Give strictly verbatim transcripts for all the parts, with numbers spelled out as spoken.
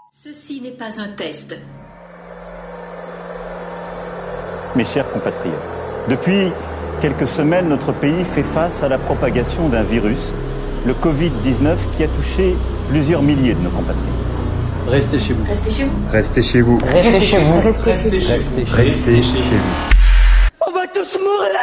Ceci n'est pas un test. Mes chers compatriotes, depuis quelques semaines, notre pays fait face à la propagation d'un virus, le covid dix-neuf, qui a touché plusieurs milliers de nos compatriotes. Restez chez vous. Restez chez vous. Restez chez vous. Restez chez vous. Restez chez vous. Restez chez vous. On va tous mourir.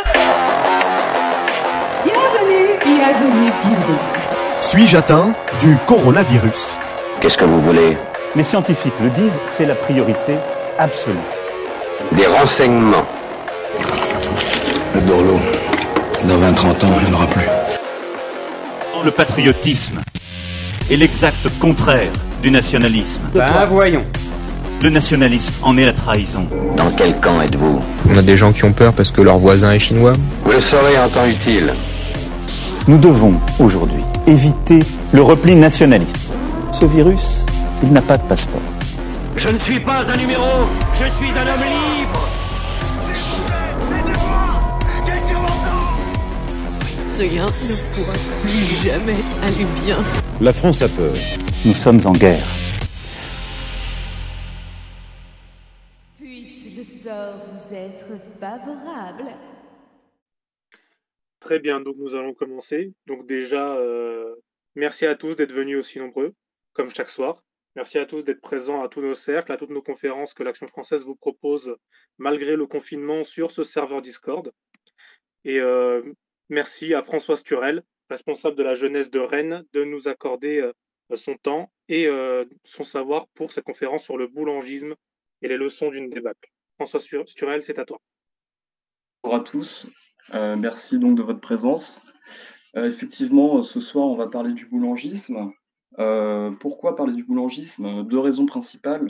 Bienvenue, bienvenue, bienvenue. Suis-je atteint du coronavirus? Qu'est-ce que vous voulez? Les scientifiques le disent, c'est la priorité absolue. Des renseignements. Le Dorlo, dans vingt trente ans, il n'y en aura plus. Le patriotisme est l'exact contraire du nationalisme. Ben voyons. Le nationalisme en est la trahison. Dans quel camp êtes-vous? On a des gens qui ont peur parce que leur voisin est chinois. Vous le saurez en temps utile. Nous devons aujourd'hui éviter le repli nationaliste. Ce virus, il n'a pas de passeport. Je ne suis pas un numéro, je suis un homme libre. Rien ne pourra plus jamais aller bien. La France a peur. Nous sommes en guerre. Puisse le sort vous être favorable. Très bien, donc nous allons commencer. Donc déjà, euh, merci à tous d'être venus aussi nombreux, comme chaque soir. Merci à tous d'être présents à tous nos cercles, à toutes nos conférences que l'Action française vous propose malgré le confinement sur ce serveur Discord. Et euh, merci à Françoise Turel, responsable de la jeunesse de Rennes, de nous accorder euh, son temps et euh, son savoir pour cette conférence sur le boulangisme et les leçons d'une débâcle. Françoise Turel, c'est à toi. Bonjour à tous, euh, merci donc de votre présence. Euh, effectivement, ce soir, on va parler du boulangisme. Euh, pourquoi parler du boulangisme? Deux raisons principales.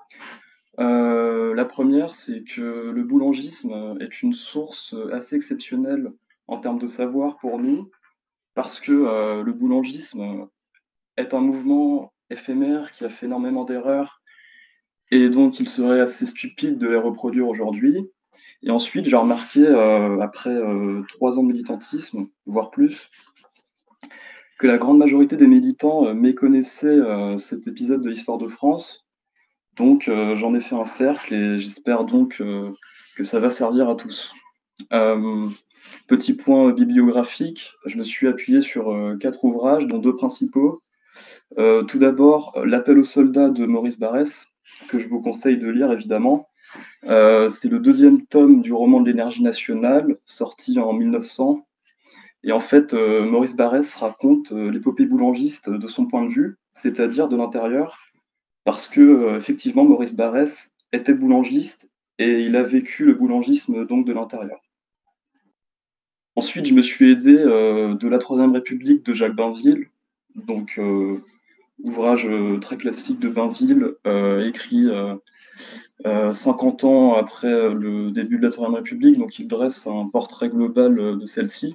Euh, la première, c'est que le boulangisme est une source assez exceptionnelle en termes de savoir pour nous, parce que euh, le boulangisme est un mouvement éphémère qui a fait énormément d'erreurs, et donc il serait assez stupide de les reproduire aujourd'hui. Et ensuite, j'ai remarqué, euh, après euh, trois ans de militantisme, voire plus, que la grande majorité des militants euh, méconnaissaient euh, cet épisode de l'histoire de France. Donc euh, j'en ai fait un cercle et j'espère donc euh, que ça va servir à tous. Euh, petit point bibliographique, je me suis appuyé sur euh, quatre ouvrages, dont deux principaux. Euh, tout d'abord, L'Appel aux soldats de Maurice Barrès, que je vous conseille de lire évidemment. Euh, c'est le deuxième tome du roman de l'énergie nationale, sorti en mille neuf cents. Et en fait, euh, Maurice Barrès raconte euh, l'épopée boulangiste de son point de vue, c'est-à-dire de l'intérieur, parce que euh, effectivement, Maurice Barrès était boulangiste et il a vécu le boulangisme donc de l'intérieur. Ensuite, je me suis aidé euh, de La Troisième République de Jacques Bainville, donc euh, ouvrage euh, très classique de Bainville, euh, écrit euh, euh, cinquante ans après euh, le début de la Troisième République, donc il dresse un portrait global euh, de celle-ci.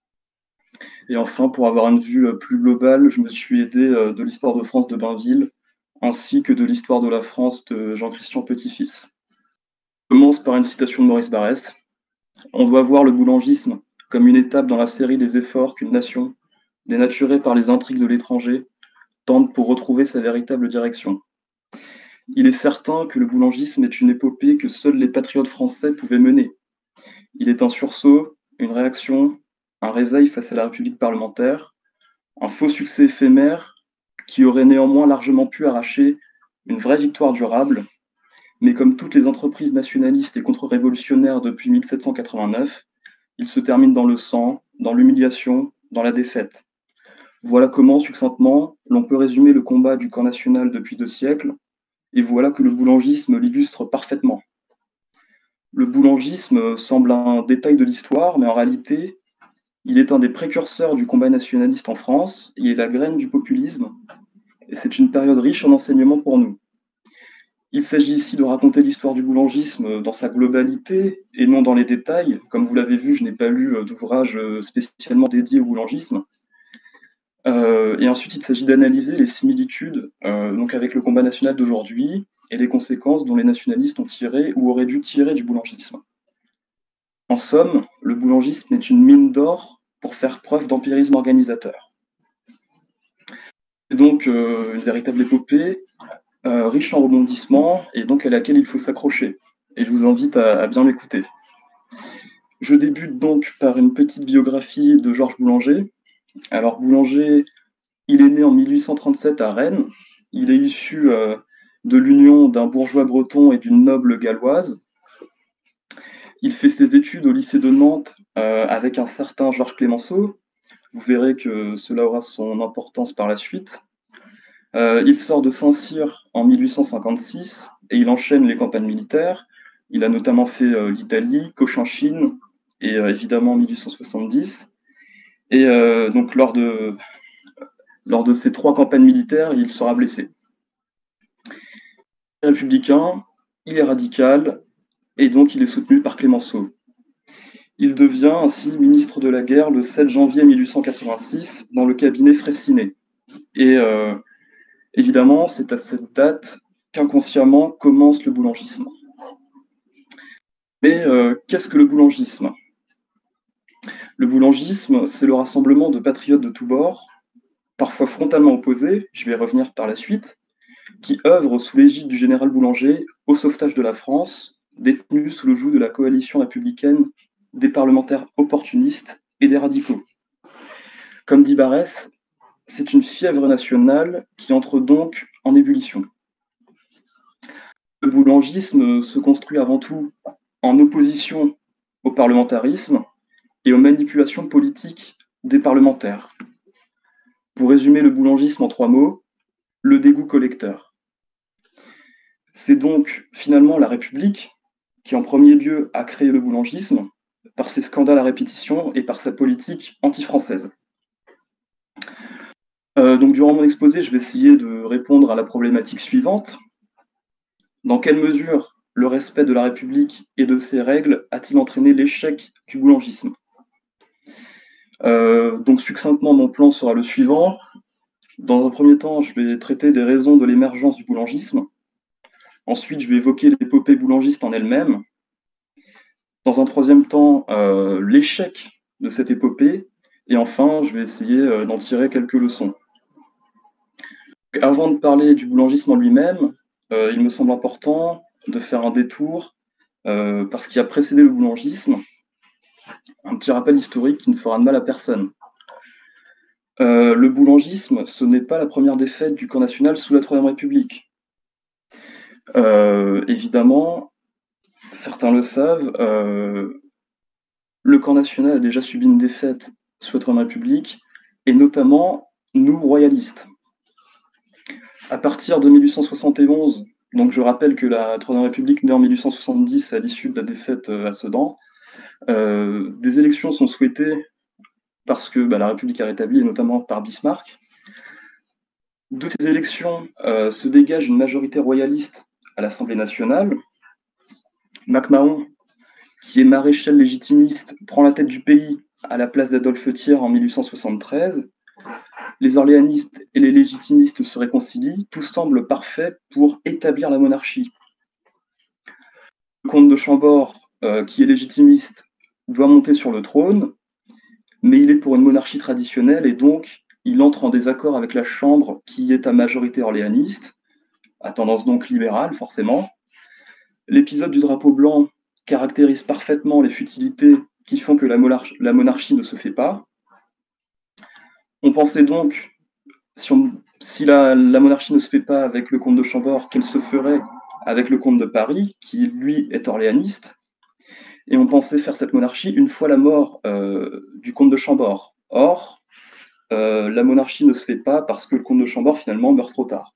Et enfin, pour avoir une vue euh, plus globale, je me suis aidé euh, de l'histoire de France de Bainville, ainsi que de l'histoire de la France de Jean-Christian Petit-Fils. Je commence par une citation de Maurice Barrès. « On doit voir le boulangisme comme une étape dans la série des efforts qu'une nation, dénaturée par les intrigues de l'étranger, tente pour retrouver sa véritable direction. Il est certain que le boulangisme est une épopée que seuls les patriotes français pouvaient mener. Il est un sursaut, une réaction, un réveil face à la République parlementaire, un faux succès éphémère qui aurait néanmoins largement pu arracher une vraie victoire durable, mais comme toutes les entreprises nationalistes et contre-révolutionnaires depuis mille sept cent quatre-vingt-neuf, il se termine dans le sang, dans l'humiliation, dans la défaite. Voilà comment, succinctement, l'on peut résumer le combat du camp national depuis deux siècles, et voilà que le boulangisme l'illustre parfaitement. Le boulangisme semble un détail de l'histoire, mais en réalité, il est un des précurseurs du combat nationaliste en France, il est la graine du populisme, et c'est une période riche en enseignements pour nous. Il s'agit ici de raconter l'histoire du boulangisme dans sa globalité et non dans les détails. Comme vous l'avez vu, je n'ai pas lu d'ouvrage spécialement dédié au boulangisme. Euh, et ensuite, il s'agit d'analyser les similitudes euh, donc avec le combat national d'aujourd'hui et les conséquences dont les nationalistes ont tiré ou auraient dû tirer du boulangisme. En somme, le boulangisme est une mine d'or pour faire preuve d'empirisme organisateur. C'est donc euh, une véritable épopée euh, riche en rebondissements et donc à laquelle il faut s'accrocher. Et je vous invite à, à bien l'écouter. Je débute donc par une petite biographie de Georges Boulanger. Alors Boulanger, il est né en mille huit cent trente-sept à Rennes. Il est issu euh, de l'union d'un bourgeois breton et d'une noble galloise. Il fait ses études au lycée de Nantes euh, avec un certain Georges Clemenceau. Vous verrez que cela aura son importance par la suite. Euh, il sort de Saint-Cyr en mille huit cent cinquante-six et il enchaîne les campagnes militaires. Il a notamment fait euh, l'Italie, Cochinchine et euh, évidemment mille huit cent soixante-dix. Et euh, donc lors de, lors de ces trois campagnes militaires, il sera blessé. Il est républicain, il est radical et donc il est soutenu par Clemenceau. Il devient ainsi ministre de la guerre le sept janvier mille huit cent quatre-vingt-six dans le cabinet Freycinet. Et euh, évidemment, c'est à cette date qu'inconsciemment commence le boulangisme. Mais euh, qu'est-ce que le boulangisme ? Le boulangisme, c'est le rassemblement de patriotes de tous bords, parfois frontalement opposés, je vais y revenir par la suite, qui œuvrent sous l'égide du général Boulanger au sauvetage de la France, détenu sous le joug de la coalition républicaine des parlementaires opportunistes et des radicaux. Comme dit Barès, c'est une fièvre nationale qui entre donc en ébullition. Le boulangisme se construit avant tout en opposition au parlementarisme et aux manipulations politiques des parlementaires. Pour résumer le boulangisme en trois mots, le dégoût collecteur. C'est donc finalement la République qui en premier lieu a créé le boulangisme par ses scandales à répétition et par sa politique anti-française. Euh, donc durant mon exposé, je vais essayer de répondre à la problématique suivante. Dans quelle mesure le respect de la République et de ses règles a-t-il entraîné l'échec du boulangisme ? euh, Donc succinctement, mon plan sera le suivant. Dans un premier temps, je vais traiter des raisons de l'émergence du boulangisme. Ensuite, je vais évoquer l'épopée boulangiste en elle-même. Dans un troisième temps, euh, l'échec de cette épopée. Et enfin, je vais essayer euh, d'en tirer quelques leçons. Avant de parler du boulangisme en lui-même, euh, il me semble important de faire un détour euh, par ce qui a précédé le boulangisme. Un petit rappel historique qui ne fera de mal à personne. Euh, le boulangisme, ce n'est pas la première défaite du camp national sous la Troisième République. Euh, évidemment, certains le savent, euh, le camp national a déjà subi une défaite sous la Troisième République, et notamment nous, royalistes. À partir de mille huit cent soixante et onze, donc je rappelle que la Troisième République naît en mille huit cent soixante-dix à l'issue de la défaite à Sedan, euh, des élections sont souhaitées parce que bah, la République est rétablie, et notamment par Bismarck. De ces élections euh, se dégage une majorité royaliste à l'Assemblée nationale. MacMahon, qui est maréchal légitimiste, prend la tête du pays à la place d'Adolphe Thiers en mille huit cent soixante-treize. Les orléanistes et les légitimistes se réconcilient, tout semble parfait pour établir la monarchie. Le comte de Chambord, euh, qui est légitimiste, doit monter sur le trône, mais il est pour une monarchie traditionnelle et donc il entre en désaccord avec la Chambre qui est à majorité orléaniste, à tendance donc libérale forcément. L'épisode du drapeau blanc caractérise parfaitement les futilités qui font que la, monarch- la monarchie ne se fait pas. On pensait donc, si, on, si la, la monarchie ne se fait pas avec le comte de Chambord, qu'elle se ferait avec le comte de Paris, qui lui est orléaniste, et on pensait faire cette monarchie une fois la mort euh, du comte de Chambord. Or, euh, la monarchie ne se fait pas parce que le comte de Chambord finalement meurt trop tard.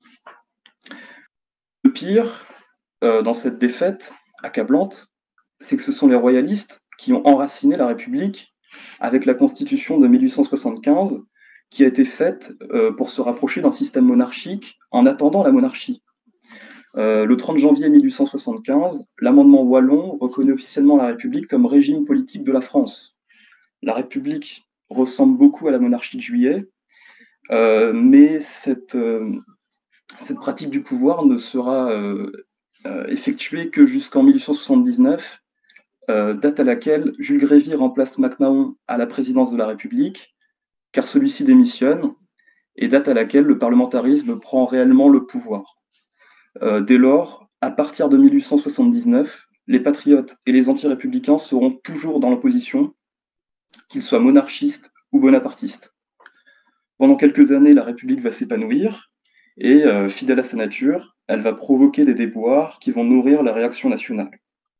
Le pire, euh, dans cette défaite accablante, c'est que ce sont les royalistes qui ont enraciné la République avec la Constitution de mille huit cent soixante-quinze, qui a été faite euh, pour se rapprocher d'un système monarchique en attendant la monarchie. Euh, le trente janvier mille huit cent soixante-quinze, l'amendement Wallon reconnaît officiellement la République comme régime politique de la France. La République ressemble beaucoup à la monarchie de Juillet, euh, mais cette, euh, cette pratique du pouvoir ne sera euh, euh, effectuée que jusqu'en mille huit cent soixante-dix-neuf, euh, date à laquelle Jules Grévy remplace MacMahon à la présidence de la République, car celui-ci démissionne, et date à laquelle le parlementarisme prend réellement le pouvoir. Euh, dès lors, à partir de mille huit cent soixante-dix-neuf, les patriotes et les anti-républicains seront toujours dans l'opposition, qu'ils soient monarchistes ou bonapartistes. Pendant quelques années, la République va s'épanouir et, euh, fidèle à sa nature, elle va provoquer des déboires qui vont nourrir la réaction nationale.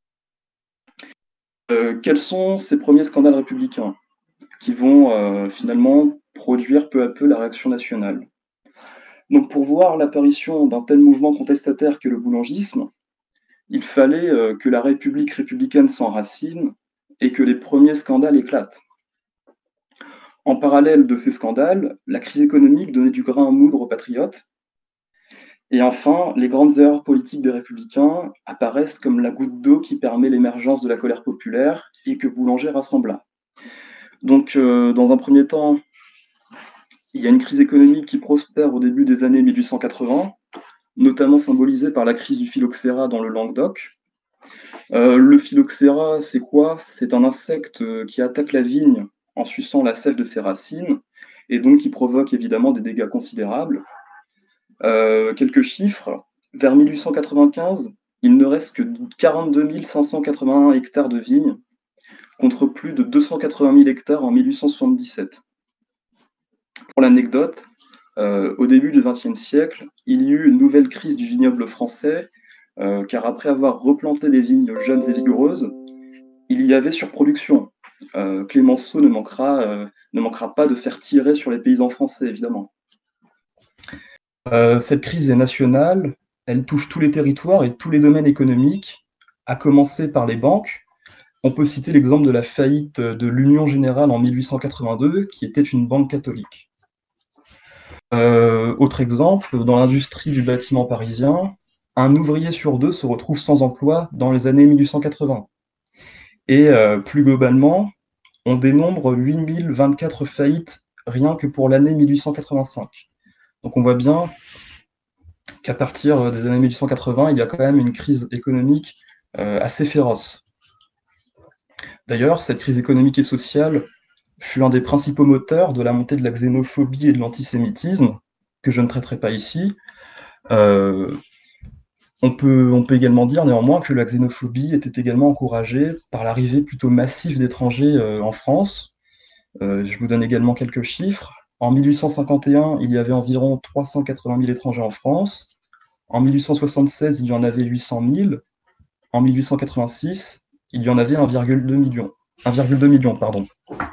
Euh, quels sont ces premiers scandales républicains qui vont euh, finalement produire peu à peu la réaction nationale? Donc, pour voir l'apparition d'un tel mouvement contestataire que le boulangisme, il fallait euh, que la République républicaine s'enracine et que les premiers scandales éclatent. En parallèle de ces scandales, la crise économique donnait du grain à moudre aux patriotes. Et enfin, les grandes erreurs politiques des républicains apparaissent comme la goutte d'eau qui permet l'émergence de la colère populaire et que Boulanger rassembla. Donc, euh, dans un premier temps, il y a une crise économique qui prospère au début des années mille huit cent quatre-vingts, notamment symbolisée par la crise du phylloxéra dans le Languedoc. Euh, le phylloxéra, c'est quoi? C'est un insecte qui attaque la vigne en suçant la sève de ses racines, et donc qui provoque évidemment des dégâts considérables. Euh, quelques chiffres. Vers mille huit cent quatre-vingt-quinze, il ne reste que quarante-deux mille cinq cent quatre-vingt-un hectares de vignes, contre plus de deux cent quatre-vingt mille hectares en mille huit cent soixante-dix-sept. Pour l'anecdote, euh, au début du vingtième siècle, il y eut une nouvelle crise du vignoble français, euh, car après avoir replanté des vignes jeunes et vigoureuses, il y avait surproduction. Euh, Clémenceau ne manquera, euh, ne manquera pas de faire tirer sur les paysans français, évidemment. Euh, cette crise est nationale, elle touche tous les territoires et tous les domaines économiques, à commencer par les banques. On peut citer l'exemple de la faillite de l'Union Générale en mille huit cent quatre-vingt-deux, qui était une banque catholique. Euh, autre exemple, dans l'industrie du bâtiment parisien, un ouvrier sur deux se retrouve sans emploi dans les années mille huit cent quatre-vingts. Et euh, plus globalement, on dénombre huit mille vingt-quatre faillites rien que pour l'année mille huit cent quatre-vingt-cinq. Donc on voit bien qu'à partir des années mille huit cent quatre-vingts, il y a quand même une crise économique euh, assez féroce. D'ailleurs, cette crise économique et sociale fut un des principaux moteurs de la montée de la xénophobie et de l'antisémitisme, que je ne traiterai pas ici. Euh, on peut, on peut également dire néanmoins que la xénophobie était également encouragée par l'arrivée plutôt massive d'étrangers euh, en France. Euh, je vous donne également quelques chiffres. En mille huit cent cinquante et un, il y avait environ trois cent quatre-vingt mille étrangers en France. En mille huit cent soixante-seize, il y en avait huit cent mille. En mille huit cent quatre-vingt-six, il y en avait un virgule deux million. un virgule deux million, pardon.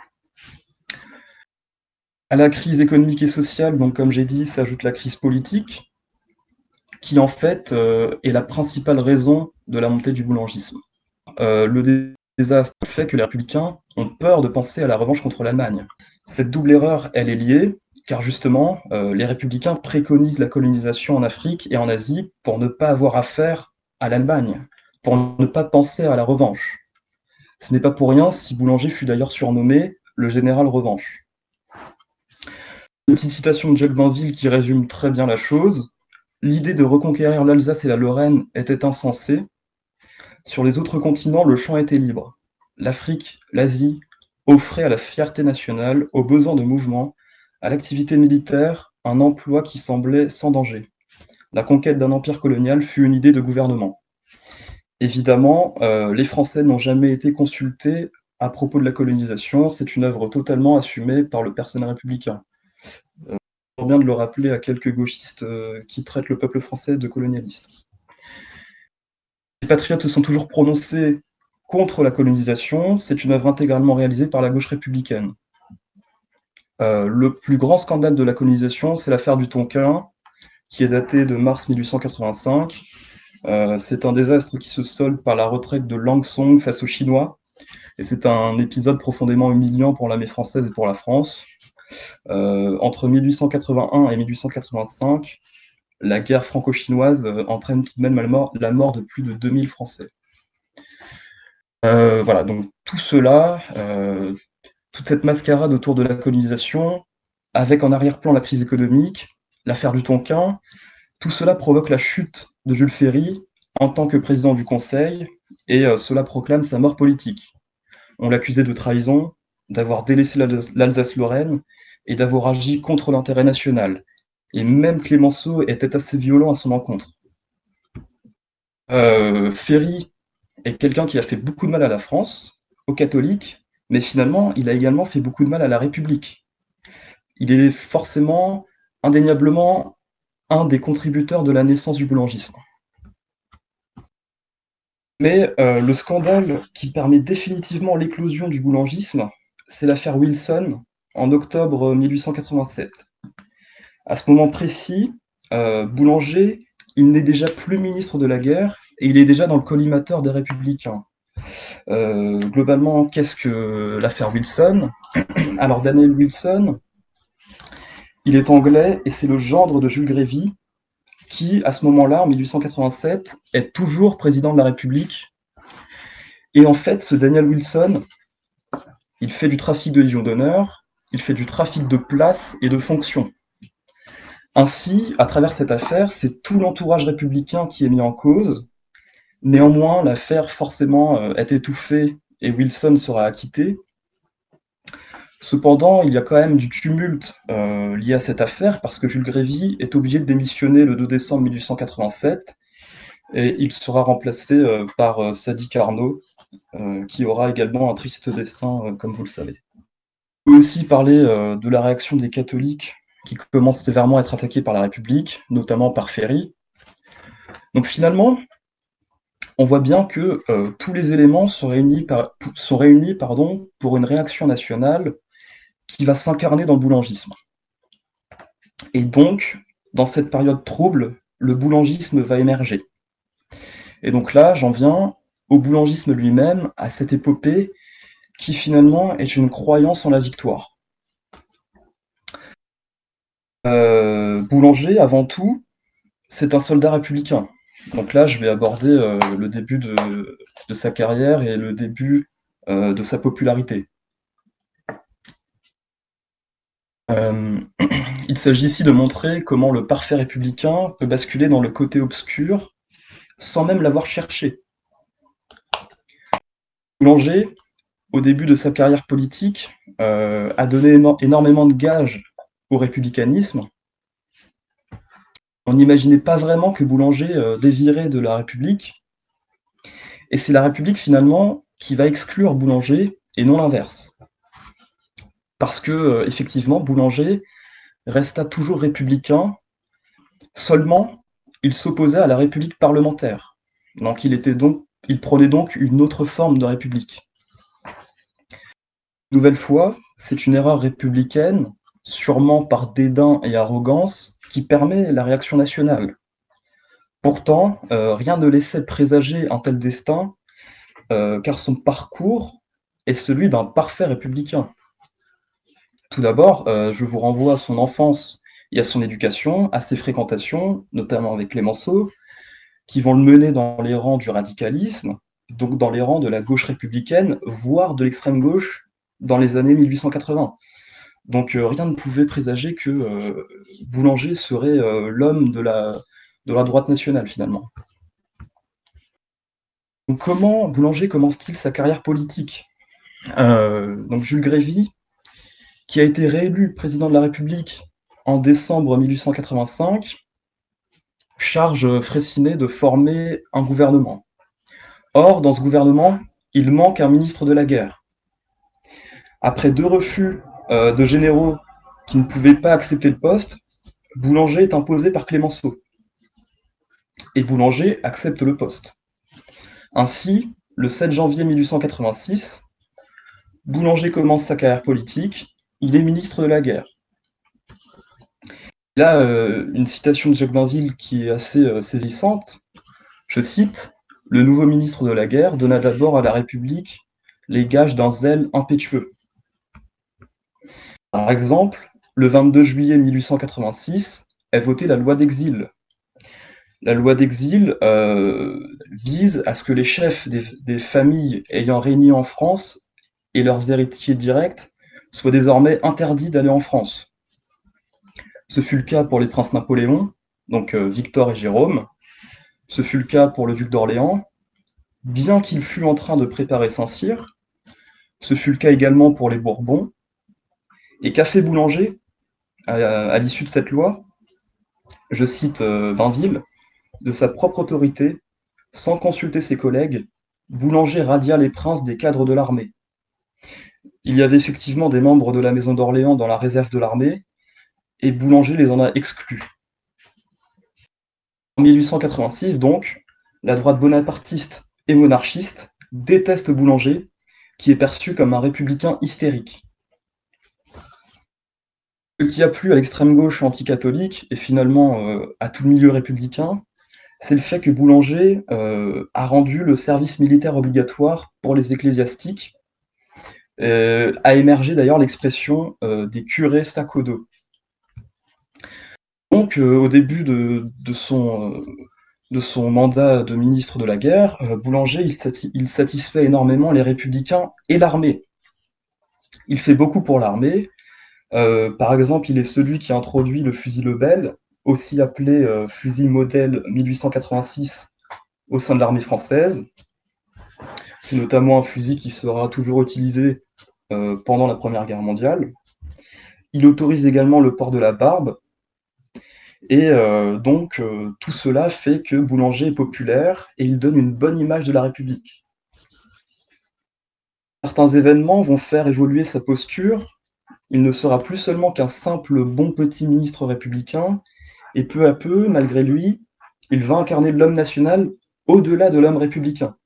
À la crise économique et sociale, donc comme j'ai dit, s'ajoute la crise politique, qui en fait euh, est la principale raison de la montée du boulangisme. Euh, le désastre fait que les républicains ont peur de penser à la revanche contre l'Allemagne. Cette double erreur, elle est liée, car justement, euh, les républicains préconisent la colonisation en Afrique et en Asie pour ne pas avoir affaire à l'Allemagne, pour ne pas penser à la revanche. Ce n'est pas pour rien si Boulanger fut d'ailleurs surnommé le général Revanche. Une petite citation de Jacques Bainville qui résume très bien la chose. L'idée de reconquérir l'Alsace et la Lorraine était insensée. Sur les autres continents, le champ était libre. L'Afrique, l'Asie, offrait à la fierté nationale, aux besoins de mouvement, à l'activité militaire, un emploi qui semblait sans danger. La conquête d'un empire colonial fut une idée de gouvernement. Évidemment, euh, les Français n'ont jamais été consultés à propos de la colonisation, c'est une œuvre totalement assumée par le personnel républicain. Euh, c'est bien de le rappeler à quelques gauchistes euh, qui traitent le peuple français de colonialiste. Les patriotes se sont toujours prononcés contre la colonisation, c'est une œuvre intégralement réalisée par la gauche républicaine. Euh, le plus grand scandale de la colonisation, c'est l'affaire du Tonkin, qui est datée de mars mille huit cent quatre-vingt-cinq. Euh, c'est un désastre qui se solde par la retraite de Lang Song face aux Chinois, et c'est un épisode profondément humiliant pour l'armée française et pour la France. Euh, entre mille huit cent quatre-vingt-un et mille huit cent quatre-vingt-cinq, la guerre franco-chinoise euh, entraîne tout de même la mort, la mort de plus de deux mille Français. Euh, voilà, donc tout cela, euh, toute cette mascarade autour de la colonisation, avec en arrière-plan la crise économique, l'affaire du Tonkin, tout cela provoque la chute de Jules Ferry en tant que président du Conseil, et euh, cela proclame sa mort politique. On l'accusait de trahison, d'avoir délaissé l'Alsace-Lorraine et d'avoir agi contre l'intérêt national. Et même Clémenceau était assez violent à son encontre. Euh, Ferry est quelqu'un qui a fait beaucoup de mal à la France, aux catholiques, mais finalement, il a également fait beaucoup de mal à la République. Il est forcément, indéniablement, un des contributeurs de la naissance du boulangisme. Mais euh, le scandale qui permet définitivement l'éclosion du boulangisme, c'est l'affaire Wilson en octobre mille huit cent quatre-vingt-sept. À ce moment précis, euh, Boulanger, il n'est déjà plus ministre de la guerre et il est déjà dans le collimateur des Républicains. Euh, globalement, qu'est-ce que l'affaire Wilson? Alors Daniel Wilson, il est anglais et c'est le gendre de Jules Grévy qui, à ce moment-là, en mille huit cent quatre-vingt-sept, est toujours président de la République. Et en fait, ce Daniel Wilson, il fait du trafic de Légion d'honneur, il fait du trafic de places et de fonctions. Ainsi, à travers cette affaire, c'est tout l'entourage républicain qui est mis en cause. Néanmoins, l'affaire forcément euh, est étouffée et Wilson sera acquitté. Cependant, il y a quand même du tumulte euh, lié à cette affaire parce que Jules Grévy est obligé de démissionner le deux décembre mille huit cent quatre-vingt-sept et il sera remplacé euh, par euh, Sadi Carnot, euh, qui aura également un triste destin, euh, comme vous le savez. On peut aussi parler euh, de la réaction des catholiques qui commencent sévèrement à être attaqués par la République, notamment par Ferry. Donc finalement, on voit bien que euh, tous les éléments sont réunis, par, sont réunis pardon, pour une réaction nationale qui va s'incarner dans le boulangisme. Et donc, dans cette période trouble, le boulangisme va émerger. Et donc là, j'en viens au boulangisme lui-même, à cette épopée qui finalement est une croyance en la victoire. Euh, Boulanger, avant tout, c'est un soldat républicain. Donc là, je vais aborder euh, le début de, de sa carrière et le début euh, de sa popularité. Euh, il s'agit ici de montrer comment le parfait républicain peut basculer dans le côté obscur sans même l'avoir cherché. Boulanger, au début de sa carrière politique, euh, a donné éno- énormément de gages au républicanisme. On n'imaginait pas vraiment que Boulanger euh, dévierait de la République, et c'est la République finalement qui va exclure Boulanger et non l'inverse. Parce que, euh, effectivement, Boulanger resta toujours républicain, seulement il s'opposait à la République parlementaire. Donc il, était donc, il prenait donc une autre forme de République. Une nouvelle fois, c'est une erreur républicaine, sûrement par dédain et arrogance, qui permet la réaction nationale. Pourtant, euh, rien ne laissait présager un tel destin, euh, car son parcours est celui d'un parfait républicain. Tout d'abord, euh, je vous renvoie à son enfance et à son éducation, à ses fréquentations, notamment avec Clémenceau, qui vont le mener dans les rangs du radicalisme, donc dans les rangs de la gauche républicaine, voire de l'extrême gauche dans les années mille huit cent quatre-vingts. Donc euh, rien ne pouvait présager que euh, Boulanger serait euh, l'homme de la, de la droite nationale, finalement. Donc comment Boulanger commence-t-il sa carrière politique? euh, Donc Jules Grévy, qui a été réélu président de la République en décembre mille huit cent quatre-vingt-cinq, charge Freycinet de former un gouvernement. Or, dans ce gouvernement, il manque un ministre de la guerre. Après deux refus euh, de généraux qui ne pouvaient pas accepter le poste, Boulanger est imposé par Clémenceau. Et Boulanger accepte le poste. Ainsi, le sept janvier mille huit cent quatre-vingt-six, Boulanger commence sa carrière politique, il est ministre de la guerre. Là, euh, une citation de Jacques Bainville qui est assez euh, saisissante. Je cite, « Le nouveau ministre de la guerre donna d'abord à la République les gages d'un zèle impétueux. » Par exemple, le vingt-deux juillet mille huit cent quatre-vingt-six est votée la loi d'exil. La loi d'exil euh, vise à ce que les chefs des, des familles ayant régné en France et leurs héritiers directs soient désormais interdits d'aller en France. Ce fut le cas pour les princes Napoléon, donc euh, Victor et Jérôme. Ce fut le cas pour le duc d'Orléans, bien qu'il fût en train de préparer Saint-Cyr. Ce fut le cas également pour les Bourbons. Et qu'a fait Boulanger à, à l'issue de cette loi? Je cite euh, Bainville, de sa propre autorité, sans consulter ses collègues, Boulanger radia les princes des cadres de l'armée. Il y avait effectivement des membres de la maison d'Orléans dans la réserve de l'armée, et Boulanger les en a exclus. En mille huit cent quatre-vingt-six, donc, la droite bonapartiste et monarchiste déteste Boulanger, qui est perçu comme un républicain hystérique. Ce qui a plu à l'extrême gauche anticatholique et finalement euh, à tout le milieu républicain, c'est le fait que Boulanger euh, a rendu le service militaire obligatoire pour les ecclésiastiques. Euh, a émergé d'ailleurs l'expression euh, des curés sac au dos. Donc, euh, au début de, de, son, euh, de son mandat de ministre de la guerre, euh, Boulanger il, sati- il satisfait énormément les républicains et l'armée. Il fait beaucoup pour l'armée. Euh, par exemple, il est celui qui a introduit le fusil Lebel, aussi appelé euh, fusil modèle mille huit cent quatre-vingt-six, au sein de l'armée française. C'est notamment un fusil qui sera toujours utilisé euh, pendant la Première Guerre mondiale. Il autorise également le port de la barbe. Et euh, donc, euh, tout cela fait que Boulanger est populaire et il donne une bonne image de la République. Certains événements vont faire évoluer sa posture. Il ne sera plus seulement qu'un simple bon petit ministre républicain, et peu à peu, malgré lui, il va incarner l'homme national au-delà de l'homme républicain.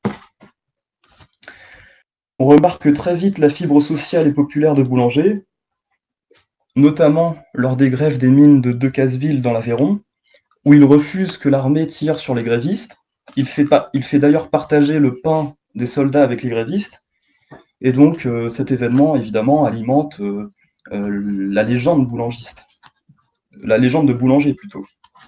On remarque très vite la fibre sociale et populaire de Boulanger, notamment lors des grèves des mines de Decazeville dans l'Aveyron, où il refuse que l'armée tire sur les grévistes. Il fait, pas, il fait d'ailleurs partager le pain des soldats avec les grévistes, et donc euh, cet événement, évidemment, alimente euh, euh, la légende boulangiste. La légende de Boulanger, plutôt.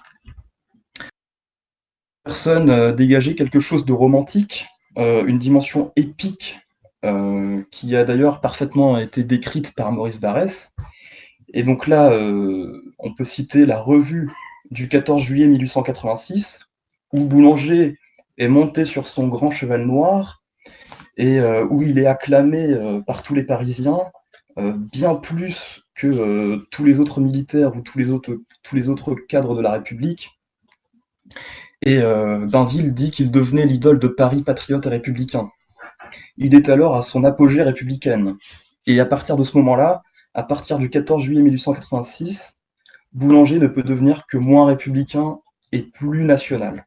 Personne euh, dégageait quelque chose de romantique, euh, une dimension épique, euh, qui a d'ailleurs parfaitement été décrite par Maurice Barrès. Et donc là, euh, on peut citer la revue du quatorze juillet mille huit cent quatre-vingt-six, où Boulanger est monté sur son grand cheval noir, et euh, où il est acclamé euh, par tous les Parisiens, euh, bien plus que euh, tous les autres militaires ou tous les autres, tous les autres cadres de la République. Et euh, Bainville dit qu'il devenait l'idole de Paris patriote et républicain. Il est alors à son apogée républicaine. Et à partir de ce moment-là, à partir du quatorze juillet mille huit cent quatre-vingt-six, Boulanger ne peut devenir que moins républicain et plus national.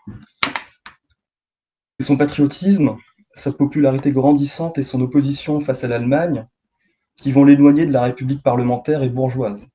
Son patriotisme, sa popularité grandissante et son opposition face à l'Allemagne qui vont l'éloigner de la République parlementaire et bourgeoise.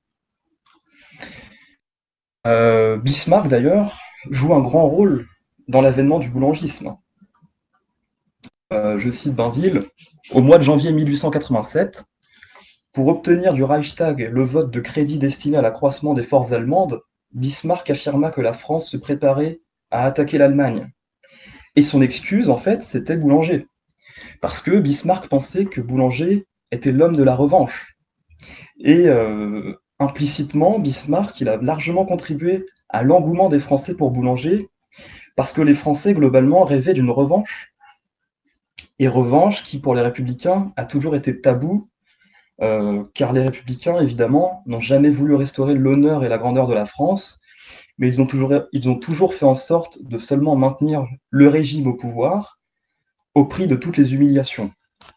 Euh, Bismarck, d'ailleurs, joue un grand rôle dans l'avènement du boulangisme. Euh, je cite Bainville, « Au mois de janvier mille huit cent quatre-vingt-sept, pour obtenir du Reichstag le vote de crédit destiné à l'accroissement des forces allemandes, Bismarck affirma que la France se préparait à attaquer l'Allemagne. Et son excuse, en fait, c'était Boulanger. Parce que Bismarck pensait que Boulanger était l'homme de la revanche. Et euh, implicitement, Bismarck, il a largement contribué à l'engouement des Français pour Boulanger, parce que les Français, globalement, rêvaient d'une revanche. Et revanche qui, pour les républicains, a toujours été tabou, euh, car les républicains, évidemment, n'ont jamais voulu restaurer l'honneur et la grandeur de la France, mais ils ont toujours, ils ont toujours fait en sorte de seulement maintenir le régime au pouvoir, au prix de toutes les humiliations.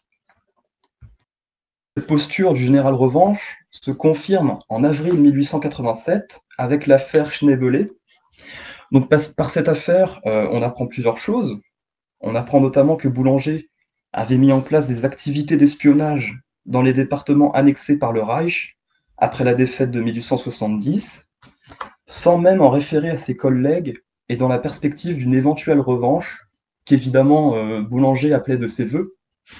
Cette posture du général Revanche se confirme en avril mille huit cent quatre-vingt-sept avec l'affaire Schneebele. Donc, par cette affaire, euh, on apprend plusieurs choses. On apprend notamment que Boulanger avait mis en place des activités d'espionnage dans les départements annexés par le Reich après la défaite de mille huit cent soixante-dix, sans même en référer à ses collègues et dans la perspective d'une éventuelle revanche qu'évidemment euh, Boulanger appelait de ses vœux.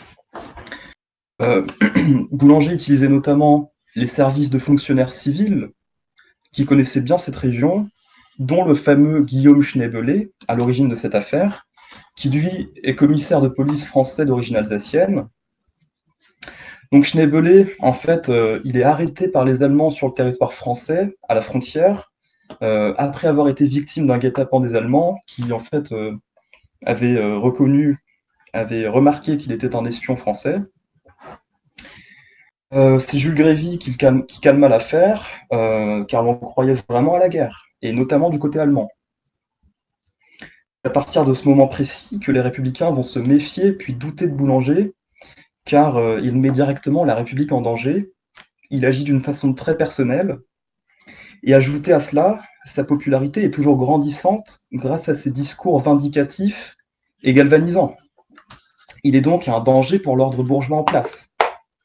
Euh, Boulanger utilisait notamment les services de fonctionnaires civils qui connaissaient bien cette région, dont le fameux Guillaume Schneebele, à l'origine de cette affaire, qui lui est commissaire de police français d'origine alsacienne. Donc Schneebele, en fait, euh, il est arrêté par les Allemands sur le territoire français, à la frontière, euh, après avoir été victime d'un guet-apens des Allemands, qui en fait euh, avait euh, reconnu, avait remarqué qu'il était un espion français. Euh, c'est Jules Grévy qui, calme, qui calma l'affaire, euh, car on croyait vraiment à la guerre, et notamment du côté allemand. à partir de ce moment précis que les républicains vont se méfier puis douter de Boulanger, car euh, il met directement la République en danger. Il agit d'une façon très personnelle. Et ajouté à cela, sa popularité est toujours grandissante grâce à ses discours vindicatifs et galvanisants. Il est donc un danger pour l'ordre bourgeois en place.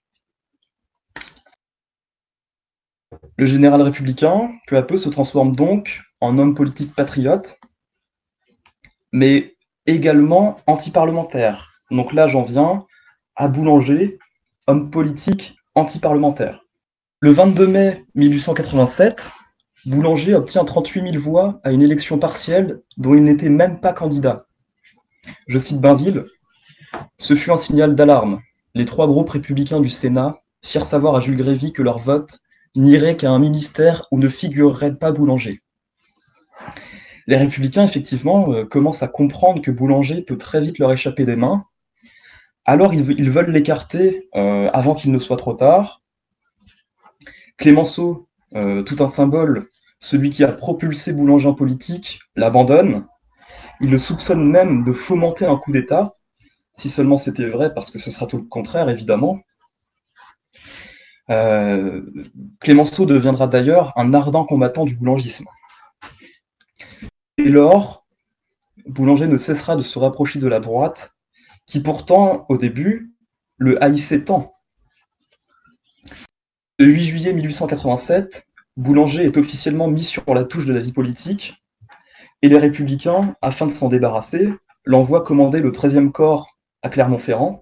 Le général républicain, peu à peu, se transforme donc en homme politique patriote, mais également anti-parlementaire. Donc là, j'en viens à Boulanger, homme politique anti-parlementaire. Le vingt-deux mai mille huit cent quatre-vingt-sept, Boulanger obtient trente-huit mille voix à une élection partielle dont il n'était même pas candidat. Je cite Bainville, « Ce fut un signal d'alarme. Les trois groupes républicains du Sénat firent savoir à Jules Grévy que leur vote n'irait qu'à un ministère où ne figurerait pas Boulanger. » Les républicains, effectivement, euh, commencent à comprendre que Boulanger peut très vite leur échapper des mains. Alors, ils, ils veulent l'écarter euh, avant qu'il ne soit trop tard. Clémenceau, euh, tout un symbole, celui qui a propulsé Boulanger en politique, l'abandonne. Il le soupçonne même de fomenter un coup d'État, si seulement c'était vrai, parce que ce sera tout le contraire, évidemment. Euh, Clémenceau deviendra d'ailleurs un ardent combattant du boulangisme. Dès lors, Boulanger ne cessera de se rapprocher de la droite, qui pourtant, au début, le haïssait tant. Le huit juillet mille huit cent quatre-vingt-sept, Boulanger est officiellement mis sur la touche de la vie politique, et les républicains, afin de s'en débarrasser, l'envoient commander le treizième corps à Clermont-Ferrand.